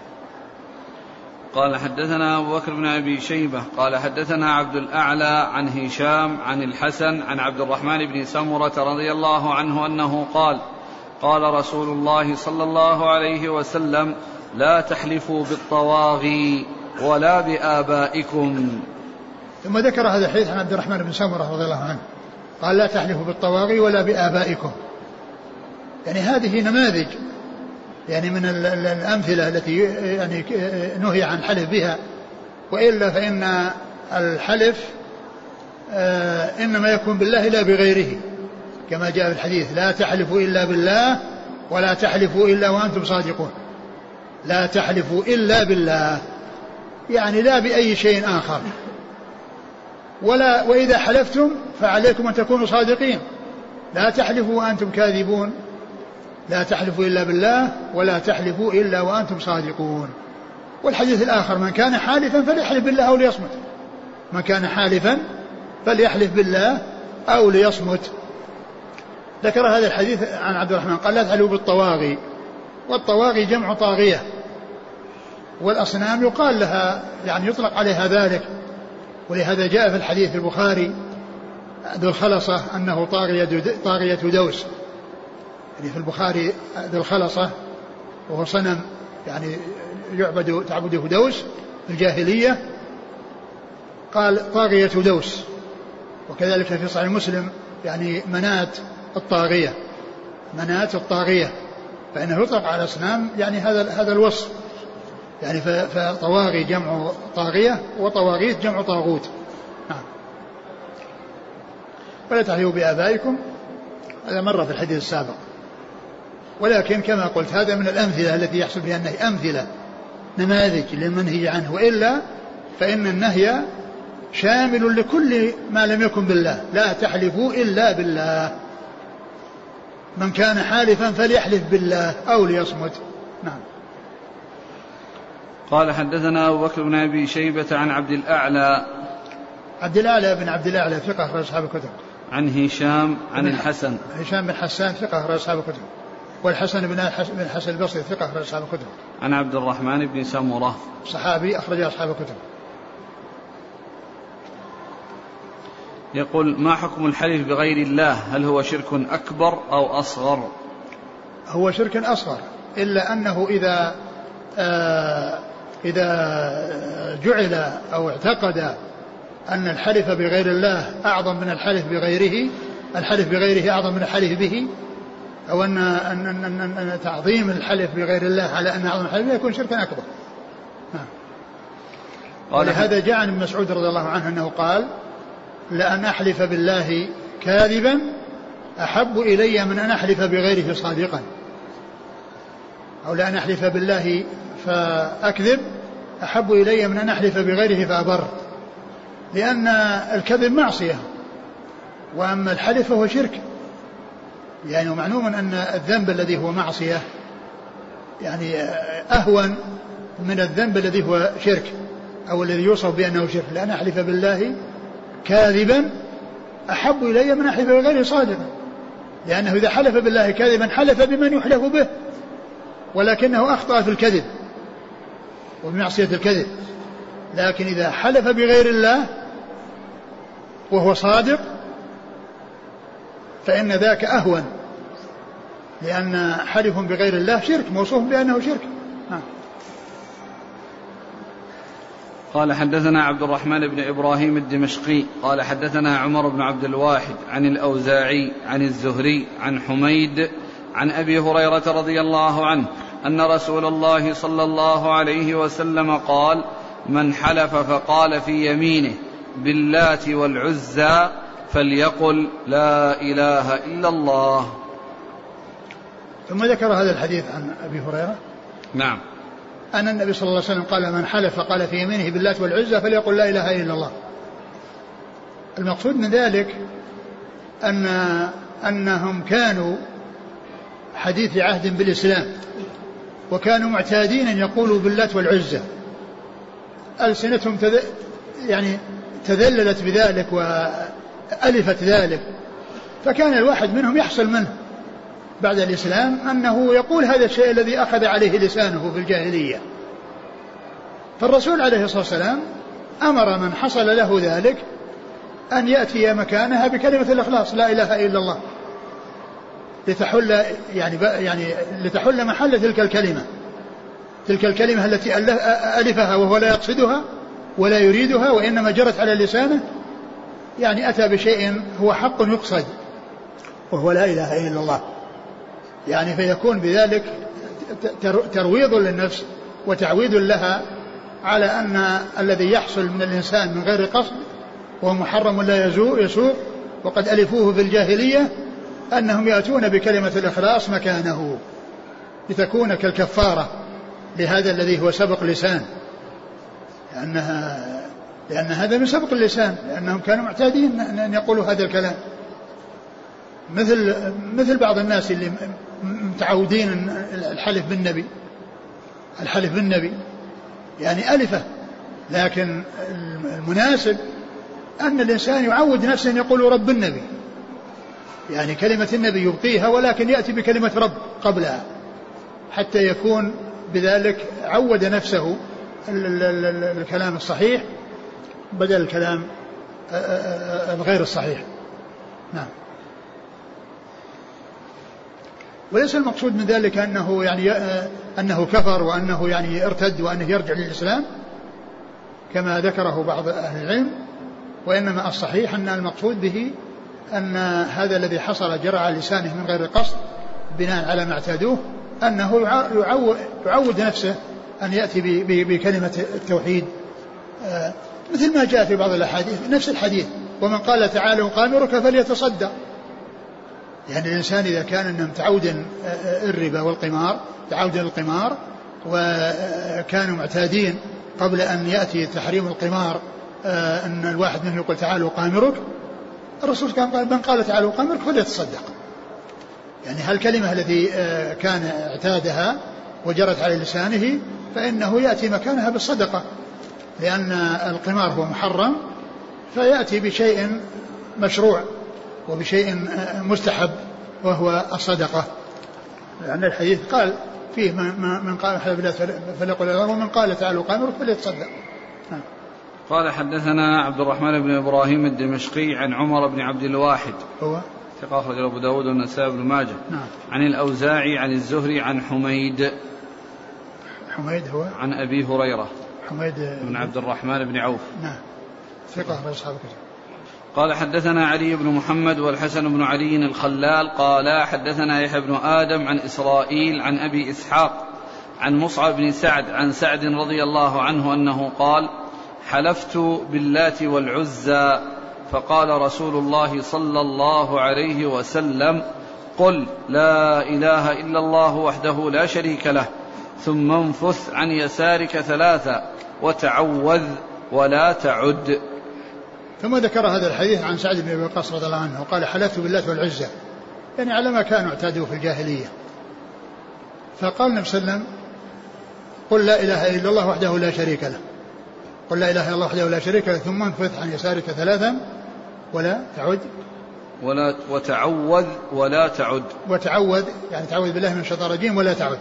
قال حدثنا أبو بكر بن أبي شيبة قال حدثنا عبد الأعلى عن هشام عن الحسن عن عبد الرحمن بن سمرة رضي الله عنه أنه قال قال رسول الله صلى الله عليه وسلم لا تحلفوا بالطواغي ولا بآبائكم. ثم ذكر هذا الحديث عن عبد الرحمن بن سمرة رضي الله عنه قال لا تحلفوا بالطواغي ولا بآبائكم، يعني هذه نماذج يعني من الأمثلة التي يعني نهي عن الحلف بها، وإلا فإن الحلف إنما يكون بالله لا بغيره، كما جاء في الحديث لا تحلفوا إلا بالله ولا تحلفوا إلا وأنتم صادقون. لا تحلفوا إلا بالله يعني لا بأي شيء آخر، ولا وإذا حلفتم فعليكم أن تكونوا صادقين. لا تحلفوا وأنتم كاذبون، لا تحلفوا إلا بالله ولا تحلفوا إلا وأنتم صادقون. والحديث الآخر من كان حالفا فليحلف بالله أو ليصمت، من كان حالفا فليحلف بالله أو ليصمت. ذكر هذا الحديث عن عبد الرحمن قال لا تحلفوا بالطواغي، والطواغي جمع طاغية، والأصنام يقال لها يعني يطلق عليها ذلك، ولهذا جاء في الحديث البخاري ذو الخلصة أنه طاغية طاغية دوس، يعني في البخاري ذو الخلصة وهو صنم يعني يعبد تعبده دوس في الجاهلية، قال طاغية دوس. وكذلك في صحيح مسلم يعني منات الطاغية، منات الطاغية، فإنه يطلق على أصنام يعني هذا هذا الوصف، يعني فطواغي جمع طاغية وطواغيت جمع طاغوت. نعم. ولا تحلفوا بآبائكم، هذا مرة في الحديث السابق. ولكن كما قلت هذا من الأمثلة التي يحصل بها النهي، أمثلة نماذج للمنهي عنه، وإلا فإن النهي شامل لكل ما لم يكن بالله، لا تحلفوا إلا بالله، من كان حالفا فليحلف بالله أو ليصمت. نعم. قال حدثنا أبو بكر بن أبي شيبة عن عبد الأعلى عبد الأعلى بن عبد الأعلى ثقة أخرج أصحاب الكتب. عن هشام عن الحسن هشام بن حسان ثقة أخرج أصحاب الكتب. والحسن بن الحسن البصري ثقة أخرج أصحاب الكتب. عن عبد الرحمن بن سمرة صحابي أخرج أصحاب الكتب. يقول: ما حكم الحلف بغير الله؟ هل هو شرك أكبر أو أصغر؟ هو شرك أصغر، إلا أنه إذا آه إذا جعل أو اعتقد أن الحلف بغير الله أعظم من الحلف بغيره، الحلف بغيره أعظم من الحلف به، أو أن, أن, أن, أن, أن تعظيم الحلف بغير الله على أن أعظم الحلف يكون شركا أكبر. ولهذا جاء عن ابن مسعود رضي الله عنه أنه قال: لأن أحلف بالله كاذبا أحب إلي من أن أحلف بغيره صادقا، أو لأن أحلف بالله فأكذب أحب إلي من أن أحلف بغيره فأبر، لأن الكذب معصية، وأما الحلف فهو شرك. يعني معلوم أن الذنب الذي هو معصية يعني أهون من الذنب الذي هو شرك أو الذي يوصف بأنه شرك. لأن أحلف بالله كاذبا أحب إلي من أحلف بغيره صادقا، لأنه إذا حلف بالله كاذبا حلف بمن يحلف به، ولكنه أخطأ في الكذب وبمعصية الكذب. لكن إذا حلف بغير الله وهو صادق فإن ذاك أهون، لأن حلف بغير الله شرك، موصوف بأنه شرك. ها. قال حدثنا عبد الرحمن بن إبراهيم الدمشقي قال حدثنا عمر بن عبد الواحد عن الأوزاعي عن الزهري عن حميد عن أبي هريرة رضي الله عنه أن رسول الله صلى الله عليه وسلم قال: من حلف فقال في يمينه باللات والعزى فليقل لا إله إلا الله. ثم ذكر هذا الحديث عن أبي هريرة. نعم. أن النبي صلى الله عليه وسلم قال: من حلف فقال في يمينه باللات والعزى فليقل لا إله إلا الله. المقصود من ذلك أن أنهم كانوا حديث عهد بالإسلام، وكانوا معتادين أن يقولوا باللات والعزى، ألسنتهم تذ... يعني تذللت بذلك وألفت ذلك، فكان الواحد منهم يحصل منه بعد الإسلام أنه يقول هذا الشيء الذي أخذ عليه لسانه في الجاهلية. فالرسول عليه الصلاة والسلام أمر من حصل له ذلك أن يأتي مكانها بكلمة الإخلاص لا إله إلا الله، لتحل يعني يعني لتحل محل تلك الكلمة، تلك الكلمة التي ألفها وهو لا يقصدها ولا يريدها وإنما جرت على لسانه، يعني أتى بشيء هو حق يقصد وهو لا إله إلا الله، يعني فيكون بذلك ترويض للنفس وتعويد لها على أن الذي يحصل من الإنسان من غير قصد وهو محرم لا يسوق وقد ألفوه في الجاهلية أنهم يأتون بكلمة الإخلاص مكانه لتكون كالكفارة لهذا الذي هو سبق لسان، لأنها لأن هذا من سبق اللسان، لأنهم كانوا معتادين أن يقولوا هذا الكلام، مثل مثل بعض الناس اللي متعودين الحلف بالنبي الحلف بالنبي يعني ألفه، لكن المناسب أن الإنسان يعود نفسه أن يقول رب النبي، يعني كلمة النبي يبقيها ولكن يأتي بكلمة رب قبلها حتى يكون بذلك عود نفسه الكلام الصحيح بدل الكلام الغير الصحيح. نعم. وليس المقصود من ذلك أنه يعني أنه كفر وأنه يعني ارتد وأنه يرجع للإسلام كما ذكره بعض أهل العلم، وإنما الصحيح أن المقصود به أن هذا الذي حصل جرى على لسانه من غير قصد بناء على ما اعتادوه، أنه يعود نفسه أن يأتي بكلمة التوحيد مثل ما جاء في بعض الأحاديث نفس الحديث: ومن قال تعالى قامرك فليتصدق، يعني الإنسان إذا كان متعودا الربا والقمار، تعودا القمار، وكانوا معتادين قبل أن يأتي تحريم القمار أن الواحد منهم يقول تعالوا قامرك، الرسول كان قال من قال تعالوا قامرك فليتصدق. يعني هالكلمة التي كان اعتادها وجرت على لسانه فإنه يأتي مكانها بالصدقة، لأن القمار هو محرم، فيأتي بشيء مشروع وبشيء مستحب وهو الصدقة. لأن الحديث قال فيه من قال حلف بالله فليقل الله، ومن قال تعالوا قامرك فليتصدق. قال حدثنا عبد الرحمن بن إبراهيم الدمشقي عن عمر بن عبد الواحد هو ثقة أخرج أبو داود والنسائي بن ماجه. نعم. عن الأوزاعي عن الزهري عن حميد حميد هو عن أبي هريرة حميد بن عبد الرحمن بن عوف. نعم ثقة أخرج أصحاب الكتب. قال حدثنا علي بن محمد والحسن بن علي الخلال قال حدثنا يحيى بن آدم عن إسرائيل عن أبي إسحاق عن مصعب بن سعد عن سعد رضي الله عنه أنه قال حلفت باللات والعزى فقال رسول الله صلى الله عليه وسلم قل لا إله إلا الله وحده لا شريك له ثم انفث عن يسارك ثلاثا وتعوذ ولا تعد. ثم ذكر هذا الحديث عن سعد بن أبي وقاص رضي الله عنه قال حلفت باللات والعزى، يعني على ما كانوا اعتادوا في الجاهلية. فقال النبي صلى الله عليه وسلم قل لا إله إلا الله وحده لا شريك له، قل لا إله إلا الله وحده لا شريك له ثم انفث عن يسارك ثلاثا ولا تعد ولا وتعوذ ولا تعد. وتعوذ يعني تعوذ بالله من الشيطان الرجيم ولا تعد.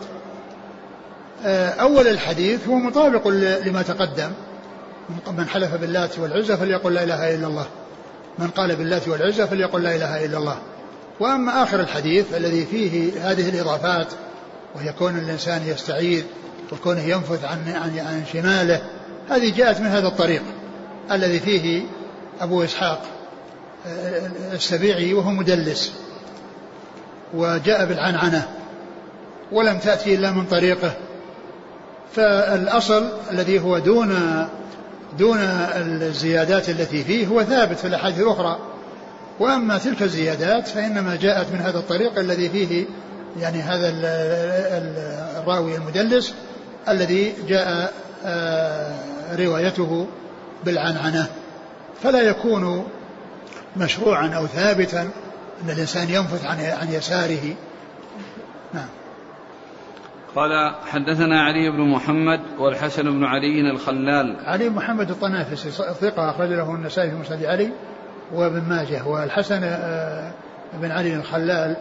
أول الحديث هو مطابق لما تقدم، من حلف باللات والعزى فليقل لا إله إلا الله، من قال باللات والعزى فليقل لا إله إلا الله. وأما آخر الحديث الذي فيه هذه الإضافات ويكون الإنسان يستعيذ وكونه ينفث عن, عن, عن شماله، هذه جاءت من هذا الطريق الذي فيه أبو إسحاق السبيعي وهو مدلس، وجاء بالعنعنة ولم تأتي إلا من طريقه. فالأصل الذي هو دون دون الزيادات التي فيه هو ثابت في الأحاديث الأخرى، وأما تلك الزيادات فإنما جاءت من هذا الطريق الذي فيه يعني هذا الراوي المدلس الذي جاء روايته بالعنعنة، فلا يكون مشروعا أو ثابتا أن الإنسان ينفث عن عن يساره. نعم. قال حدثنا علي بن محمد والحسن بن علي الخلال. علي بن محمد الطنافسي ثقة أخرج له النسائي في مسند علي وابن ماجه، والحسن بن علي الخلال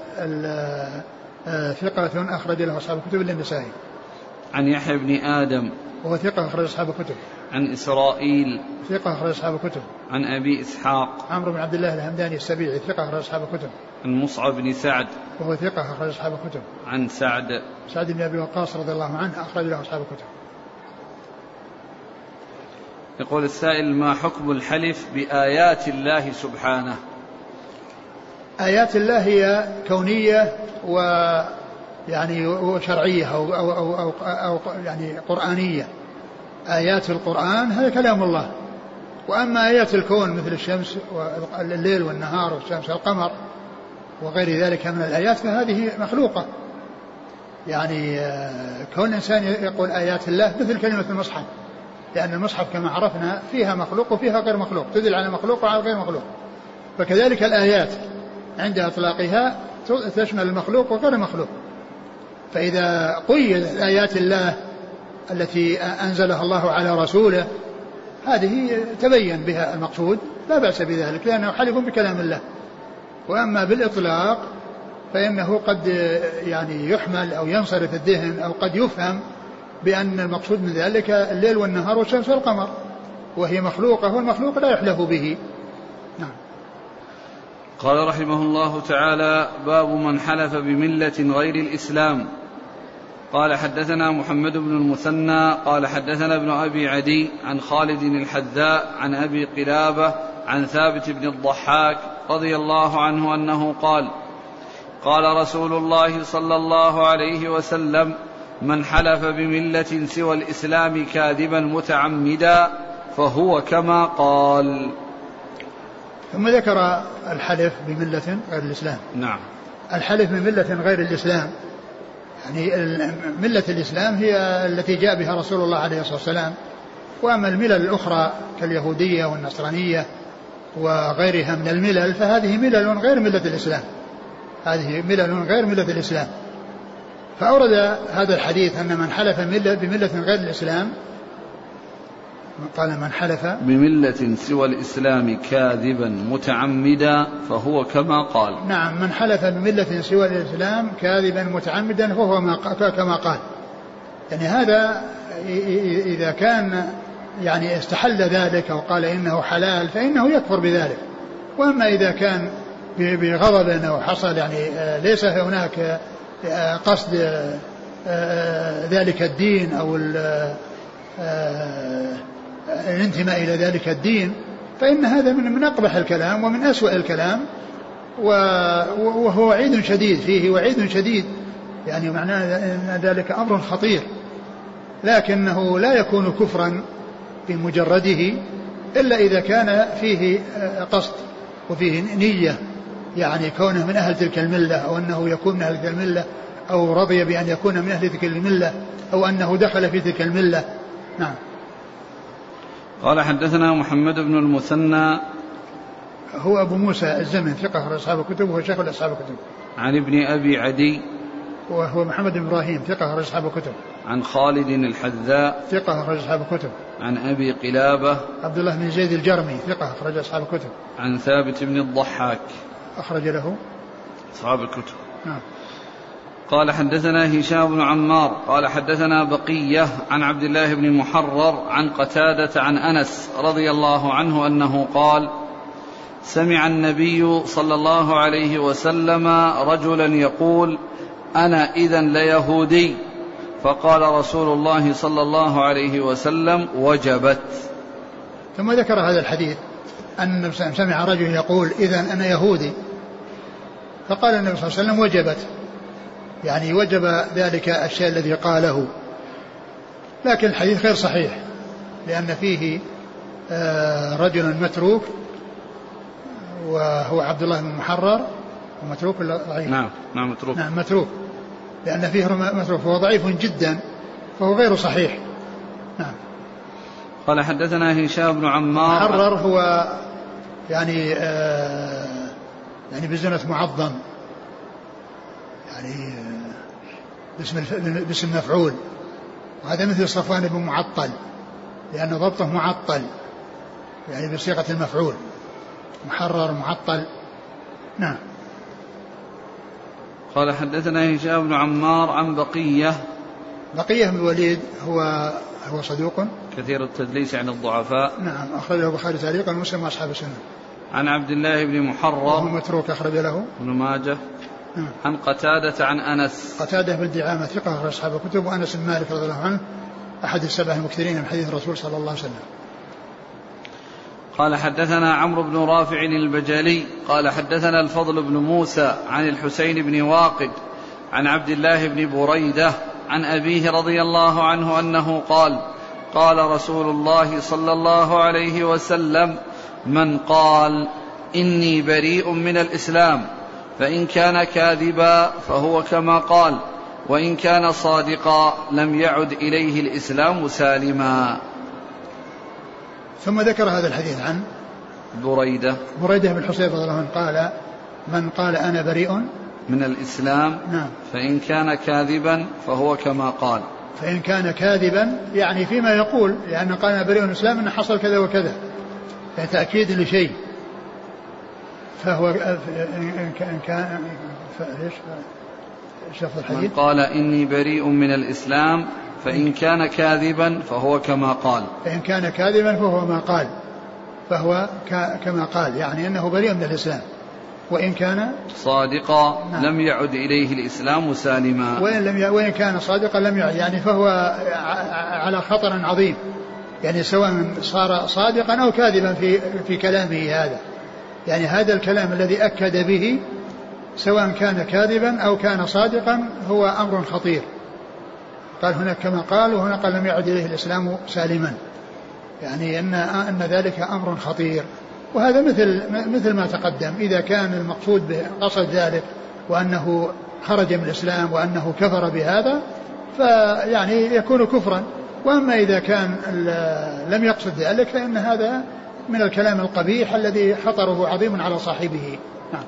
ثقة أخرج له أصحاب الكتب إلا النسائي. عن يحيى بن آدم وهو ثقة أخرج أصحاب الكتب. عن إسرائيل ثقة أخرج أصحاب الكتب. عن أبي إسحاق عمرو بن عبد الله الهمداني السبيعي ثقة أخرج أصحاب الكتب. عن مصعب بن سعد وهو ثقة أخرج أصحاب الكتب. عن سعد سعد بن أبي وقاص رضي الله عنه أخرج له أصحاب الكتب. يقول السائل ما حكم الحلف بآيات الله سبحانه؟ آيات الله هي كونية و يعني وشرعية أو, أو, أو, أو, أو يعني قرآنية. آيات القرآن هذا كلام الله، وأما آيات الكون مثل الشمس والليل والنهار والشمس والقمر وغير ذلك من الآيات فهذه مخلوقة. يعني كون الإنسان يقول آيات الله مثل كلمة المصحف، لأن المصحف كما عرفنا فيها مخلوق وفيها غير مخلوق، تدل على مخلوق وعلى غير مخلوق. فكذلك الآيات عند إطلاقها تشمل المخلوق وغير المخلوق. فإذا قيدت آيات الله التي أنزلها الله على رسوله هذه تبين بها المقصود لا بأس بذلك، لأنه حلف بكلام الله. وأما بالإطلاق فإنه قد يعني يحمل أو ينصرف الذهن أو قد يفهم بأن المقصود من ذلك الليل والنهار والشمس والقمر، وهي مخلوقة والمخلوق لا يحلف به. نعم. قال رحمه الله تعالى باب من حلف بملة غير الإسلام. قال حدثنا محمد بن المثنى قال حدثنا ابن أبي عدي عن خالد الحذاء عن أبي قلابة عن ثابت بن الضحاك رضي الله عنه أنه قال قال رسول الله صلى الله عليه وسلم من حلف بملة سوى الإسلام كاذبا متعمدا فهو كما قال. ثم ذكر الحلف بملة غير الإسلام. نعم. الحلف من ملة غير الإسلام، يعني ملة الإسلام هي التي جاء بها رسول الله عليه الصلاة والسلام، وأما الملل الأخرى كاليهودية والنصرانية وغيرها من الملل فهذه ملل غير ملة الإسلام، هذه ملل غير ملة الإسلام. فأورد هذا الحديث أن من حلف بملة غير الإسلام، قال من حلف بملة سوى الإسلام كاذبا متعمدا فهو كما قال. نعم، من حلف بملة سوى الإسلام كاذبا متعمدا فهو كما قال. يعني هذا إذا كان يعني استحل ذلك أو قال إنه حلال فإنه يكفر بذلك. وأما إذا كان بغضب أو حصل يعني ليس هناك قصد ذلك الدين أو الانتماء إلى ذلك الدين فإن هذا من أقبح الكلام ومن أسوأ الكلام، وهو وعيد شديد فيه وعيد شديد، يعني معناه أن ذلك أمر خطير، لكنه لا يكون كفرا بمجرده إلا إذا كان فيه قصد وفيه نية، يعني كونه من أهل تلك الملة أو أنه يكون من أهل تلك الملة أو رضي بأن يكون من أهل تلك الملة أو أنه دخل في تلك الملة. نعم. قال حدثنا محمد بن المثنى هو أبو موسى الزمن ثقة أخرج أصحاب الكتب وهو شيخ أصحاب الكتب. عن ابن أبي عدي وهو محمد بن إبراهيم ثقة أخرج أصحاب الكتب. عن خالد الحذاء ثقة أخرج أصحاب الكتب. عن أبي قلابة عبد الله بن زيد الجرمي ثقة أخرج أصحاب الكتب. عن ثابت بن الضحاك أخرج له أصحاب الكتب. نعم. قال حدثنا هشام بن عمار قال حدثنا بقية عن عبد الله بن محرر عن قتادة عن أنس رضي الله عنه أنه قال سمع النبي صلى الله عليه وسلم رجلا يقول أنا إذن ليهودي، فقال رسول الله صلى الله عليه وسلم وجبت. ثم ذكر هذا الحديث أن سمع رجل يقول إذن أنا يهودي، فقال النبي صلى الله عليه وسلم وجبت، يعني وجب ذلك الشيء الذي قاله، لكن الحديث غير صحيح لأن فيه رجل متروك وهو عبد الله بن محرر، ومتروك ولا ضعيف؟ نعم نعم متروك. نعم متروك، لأن فيه متروك فهو ضعيف جدا فهو غير صحيح. نعم. قال حدثنا هشام بن عمار. محرر هو يعني آه يعني بزنة معظم، يعني باسم باسم مفعول، وهذا مثل صفوان بن معطل لأن ضبطه معطل يعني بصيغة المفعول، محرر معطل. نعم. قال حدثنا هشام بن عمار عن بقية. بقية بن الوليد هو هو صدوق كثير التدليس عن الضعفاء. نعم أخرجه البخاري تعليقا ومسلم وأصحاب السنة. عن عبد الله بن محرر وهو متروك أخرج له ابن ماجه. نعم. عن قتادة عن أنس. قتادة بن دعامة ثقة أخرج أصحاب الكتب، وأنس بن مالك رضي الله عنه أحد السبع المكثرين من حديث الرسول صلى الله عليه وسلم. قال حدثنا عمرو بن رافع البجلي قال حدثنا الفضل بن موسى عن الحسين بن واقد عن عبد الله بن بريدة عن أبيه رضي الله عنه أنه قال قال رسول الله صلى الله عليه وسلم من قال إني بريء من الإسلام فإن كان كاذبا فهو كما قال وإن كان صادقا لم يعد إليه الإسلام سالما. ثم ذكر هذا الحديث عن بريدة بريدة بن حصيب رضي الله عنه قال من قال أنا بريء من الإسلام نعم فإن كان كاذبا فهو كما قال. فإن كان كاذبا يعني فيما يقول، لأن قال أنا بريء من الإسلام أن حصل كذا وكذا، يعني تأكيد لشيء، فهو إن كان فإيش شوف الحديث من قال إني بريء من الإسلام فإن كان كاذبا فهو كما قال. فإن كان كاذبا فهو ما قال فهو كما قال، يعني أنه بريء من الإسلام. وإن كان صادقا نعم. لم يعد إليه الإسلام سالما. وإن, لم ي... وإن كان صادقا لم يعد، يعني فهو على خطر عظيم، يعني سواء صار صادقا أو كاذبا في, في كلامه هذا، يعني هذا الكلام الذي أكد به سواء كان كاذبا أو كان صادقا هو أمر خطير. قال هنا كما قال، وهنا قال لم يعد إليه الإسلام سالما، يعني أن, أن ذلك أمر خطير. وهذا مثل مثل ما تقدم، إذا كان المقصود بقصد ذلك وأنه خرج من الإسلام وأنه كفر بهذا فيعني يكون كفرا. وأما إذا كان لم يقصد ذلك فإن هذا من الكلام القبيح الذي خطره عظيم على صاحبه. نعم.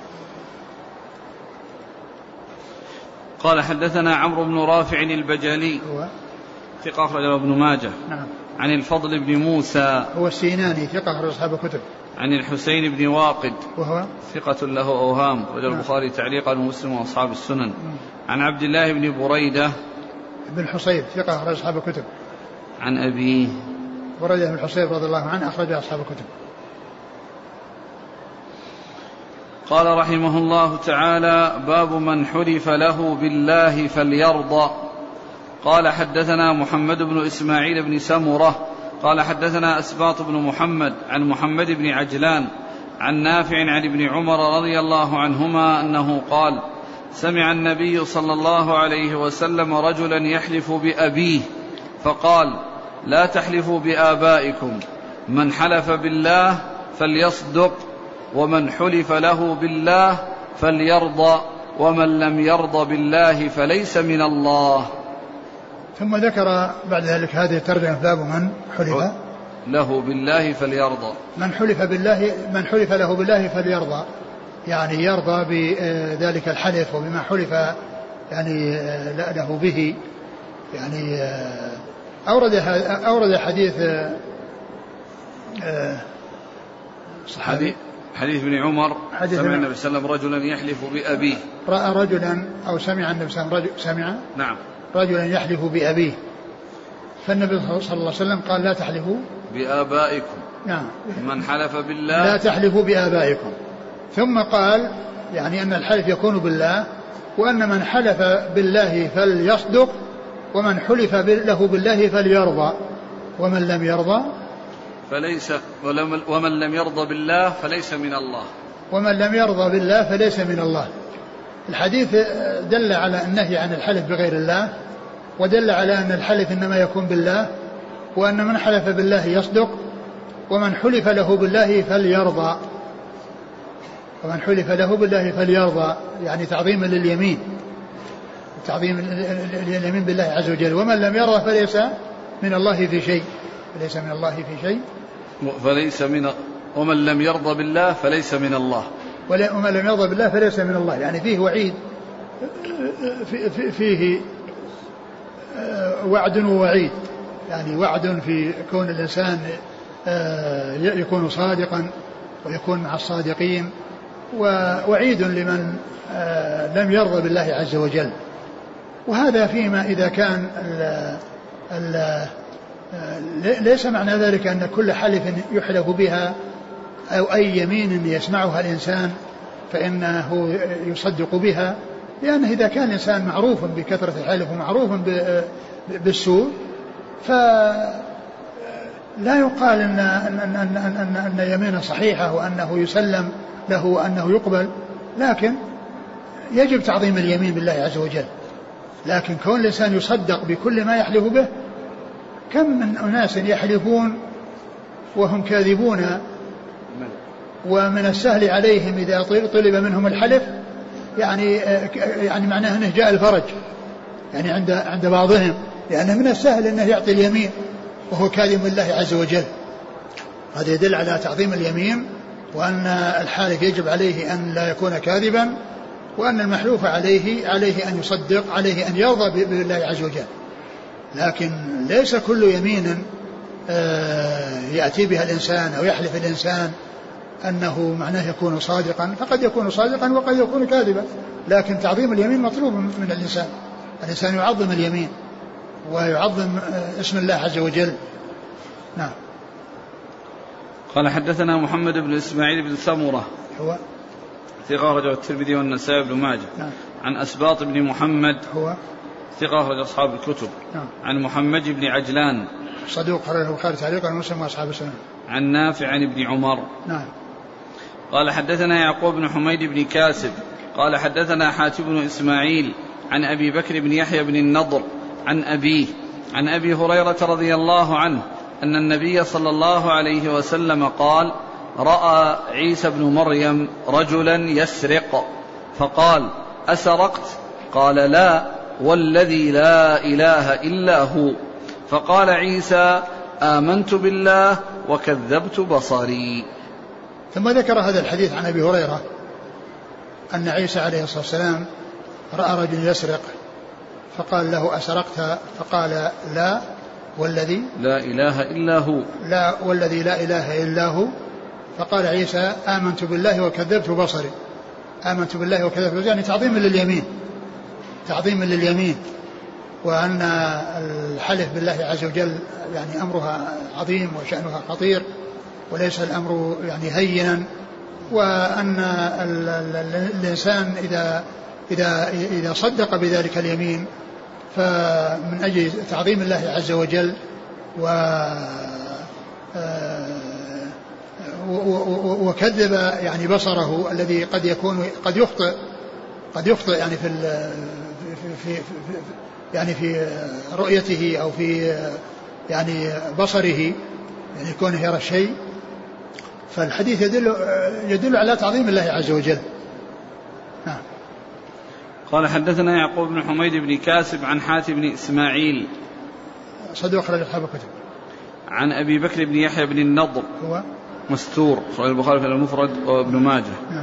قال حدثنا عمرو بن رافع البجالي هو ثقة أخرجه ابن ماجه. نعم. عن الفضل بن موسى هو السيناني ثقة أخرج أصحاب الكتب. عن الحسين بن واقد وهو ثقة له أوهام رجل نعم. البخاري تعليقا ومسلم وأصحاب السنن. نعم. عن عبد الله بن بريدة بن حصيب ثقة أخرج أصحاب الكتب. عن أبيه بريدة بن حصيب رضي الله عنه أخرج أصحاب الكتب. قال رحمه الله تعالى باب من حلف له بالله فليرضى. قال حدثنا محمد بن إسماعيل بن سمرة قال حدثنا أسباط بن محمد عن محمد بن عجلان عن نافع عن ابن عمر رضي الله عنهما أنه قال سمع النبي صلى الله عليه وسلم رجلا يحلف بأبيه فقال لا تحلفوا بآبائكم من حلف بالله فليصدق ومن حلف له بالله فليرضى ومن لم يرضى بالله فليس من الله. ثم ذكر بعد ذلك هذه الترجمة باب من حلف له بالله فليرضى. من حلف بالله من حلف له بالله فليرضى يعني يرضى بذلك الحلف وبما حلف يعني له به. يعني أورد أورد حديث صحابي حديث ابن عمر سمع النبي صلى الله عليه وسلم رجلا يحلف بأبيه. رأى رجلا أو سمع النبي صلى الله عليه وسلم سمع نعم رجلا يحلف بأبيه فالنبي صلى الله عليه وسلم قال لا تحلفوا بآبائكم. نعم. من حلف بالله لا تحلفوا بآبائكم. ثم قال يعني أن الحلف يكون بالله وأن من حلف بالله فليصدق ومن حلف له بالله فليرضى ومن لم يرضى فليس ومن لم يرضى بالله فليس من الله. ومن لم يرضى بالله فليس من الله. الحديث دل على النهي عن الحلف بغير الله ودل على أن الحلف إنما يكون بالله وأن من حلف بالله يصدق ومن حلف له بالله فليرضى ومن حلف له بالله فليرضى يعني تعظيما لليمين تعظيم اليمين بالله عز وجل. ومن لم يرضى فليس من الله في شيء فليس من الله في شيء فليس من ومن لم يرضى بالله فليس من الله ومن لم يرضى بالله فليس من الله. يعني فيه وعيد فيه وعد ووعيد. يعني وعد في كون الإنسان يكون صادقا ويكون مع الصادقين ووعيد لمن لم يرضى بالله عز وجل. وهذا فيما إذا كان ال ال ليس معنى ذلك أن كل حلف يحلف بها أو أي يمين يسمعها الإنسان فإنه يصدق بها لأنه إذا كان الإنسان معروف بكثرة الحلف ومعروف بالسوء فلا يقال أن, أن, أن, أن, أن يمينه صحيحة وأنه يسلم له وأنه يقبل لكن يجب تعظيم اليمين بالله عز وجل. لكن كون الإنسان يصدق بكل ما يحلف به كم من أناس يحلفون وهم كاذبون ومن السهل عليهم إذا طلب منهم الحلف يعني يعني معناه أنه جاء الفرج يعني عند عند بعضهم لأنه من السهل أنه يعطي اليمين وهو كاذب بالله عز وجل. هذا يدل على تعظيم اليمين وأن الحالف يجب عليه أن لا يكون كاذبا وأن المحلوف عليه عليه أن يصدق عليه أن يرضى بالله عز وجل. لكن ليس كل يمين يأتي بها الإنسان أو يحلف الإنسان أنه معناه يكون صادقا فقد يكون صادقا وقد يكون كاذبا. لكن تعظيم اليمين مطلوب من الإنسان. الإنسان يعظم اليمين ويعظم اسم الله عز وجل. نعم. قال حدثنا محمد بن إسماعيل بن سمرة هو ثقة أخرجه الترمذي والنسائي بن ماجه. نعم. عن أسباط بن محمد هو ثقة أخرج أصحاب الكتب. نعم. عن محمد بن عجلان صدوق أخرجه البخاري تعليقا ومسلم وأصحاب السنن. عن نافع عن ابن عمر. نعم. قال حدثنا يعقوب بن حميد بن كاسب قال حدثنا حاتم بن إسماعيل عن أبي بكر بن يحيى بن النضر عن أبيه عن أبي هريرة رضي الله عنه أن النبي صلى الله عليه وسلم قال رأى عيسى بن مريم رجلا يسرق فقال: أسرقت؟ قال: لا، والذي لا إله إلا هو. فقال عيسى: آمنت بالله وكذبت بصري. ثم ذكر هذا الحديث عن أبي هريرة أن عيسى عليه الصلاة والسلام رأى رجل يسرق فقال له: أسرقت؟ فقال: لا، والذي لا إله إلا هو. لا والذي لا إله إلا هو. فقال عيسى: آمنت بالله وكذبت بصري. آمنت بالله وكذبت بصري يعني تعظيما لليمين، تعظيما لليمين، وأن الحلف بالله عز وجل يعني أمرها عظيم وشأنها خطير وليس الأمر يعني هينا، وأن الإنسان إذا إذا إذا صدق بذلك اليمين فمن أجل تعظيم الله عز وجل و وكذب يعني بصره الذي قد يكون قد يخطئ قد يخطئ يعني في في في يعني في رؤيته أو في يعني بصره، يعني كونه يرى الشيء. فالحديث يدل يدل على تعظيم الله عز وجل. نعم. قال: حدثنا يعقوب بن حميد بن كاسب عن حاتم بن إسماعيل صدوق أخرج أصحاب الكتب. عن أبي بكر بن يحيى بن النضر هو مستور، صحيح البخاري في المفرد وابن ماجه. نعم.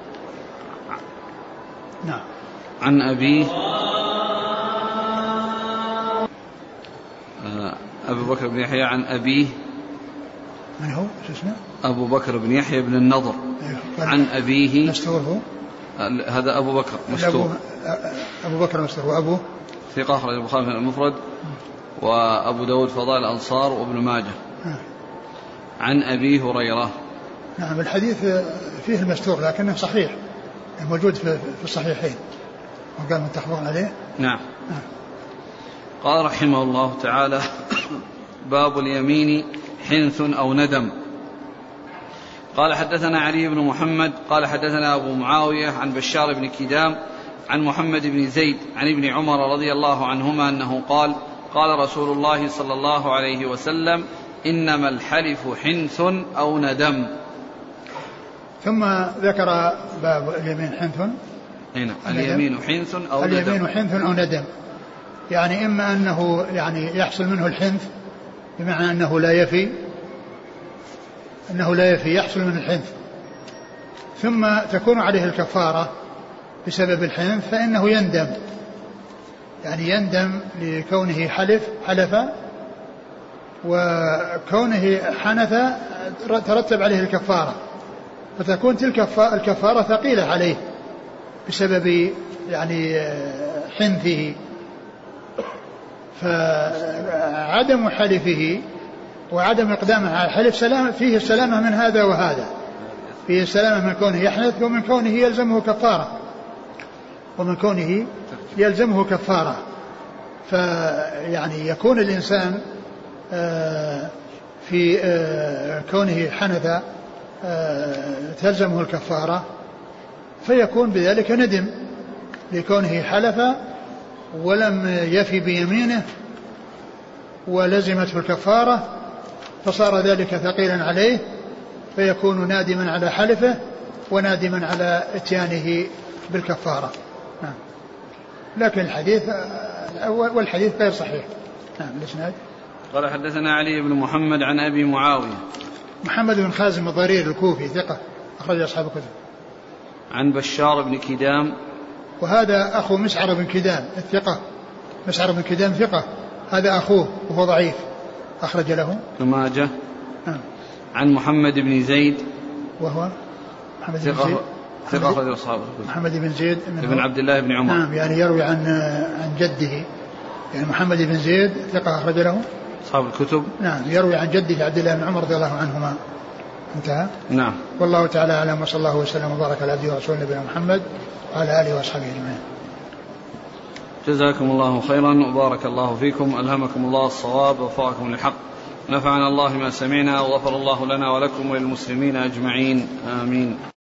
نعم. عن أبيه أبو بكر بن يحيى عن أبيه. من هو؟ شو اسمه؟ أبو بكر بن يحيى بن النضر. أيوه. عن أبيه مستور هو؟ هذا أبو بكر مستور. أبو بكر مستور. وأبوه ثقة أخرج البخاري في المفرد وأبو داود فضائل الأنصار وابن ماجه. عن أبي هريرة. نعم. الحديث فيه المستور لكنه صحيح موجود في الصحيحين وقال متفق عليه. نعم. نعم. قال رحمه الله تعالى: باب اليمين حنث أو ندم. قال: حدثنا علي بن محمد قال حدثنا أبو معاوية عن بشار بن كدام عن محمد بن زيد عن ابن عمر رضي الله عنهما أنه قال: قال رسول الله صلى الله عليه وسلم: إنما الحلف حنث أو ندم. ثم ذكر باب اليمين حنث. هنا اليمين حنث أو ندم. اليمين حنث أو ندم، يعني إما أنه يعني يحصل منه الحنث بمعنى أنه لا يفي أنه لا يفي يحصل من الحنث، ثم تكون عليه الكفارة بسبب الحنث، فإنه يندم، يعني يندم لكونه حلف حلف وكونه حنث ترتب عليه الكفارة، فتكون تلك الكفارة ثقيلة عليه بسبب يعني حنثه. فعدم حلفه وعدم إقدامه على الحلف سلام فيه السلامة من هذا وهذا، فيه السلامة من كونه يحنث ومن كونه يلزمه كفارة ومن كونه يلزمه كفارة. فيعني يكون الإنسان في كونه حنث تلزمه الكفارة، فيكون بذلك ندم لكونه حلف ولم يفي بيمينه ولزمته الكفارة، فصار ذلك ثقيلا عليه، فيكون نادما على حلفه ونادما على اتيانه بالكفارة. نعم. لكن الحديث والحديث غير صحيح. نعم. الإسناد. قال: حدثنا علي بن محمد عن أبي معاوية محمد بن خازم الضرير الكوفي ثقة أخرج أصحاب الكتب. عن بشار بن كدام، وهذا أخو مسعر بن كدام الثقة. مسعر بن كدام ثقة، هذا أخوه وهو ضعيف أخرج له ابن ماجه. نعم. عن محمد بن زيد وهو محمد ثقة بن زيد ثقة أخرج أصحابه. محمد بن زيد بن عبد الله بن عمر. نعم، يعني يروي عن عن جده، يعني محمد بن زيد ثقة أخرج له أصحاب الكتب. نعم، يروي عن جده عبد الله بن عمر رضي الله عنهما. انتهى. نعم. والله تعالى أعلم، وصلى الله وسلم وبارك على عبده ورسوله نبينا محمد وعلى آله وأصحابه أجمعين. جزاكم الله خيرا وبارك الله فيكم، ألهمكم الله الصواب ووفقكم للحق، نفعنا الله ما سمعنا وغفر الله لنا ولكم وللمسلمين أجمعين، آمين.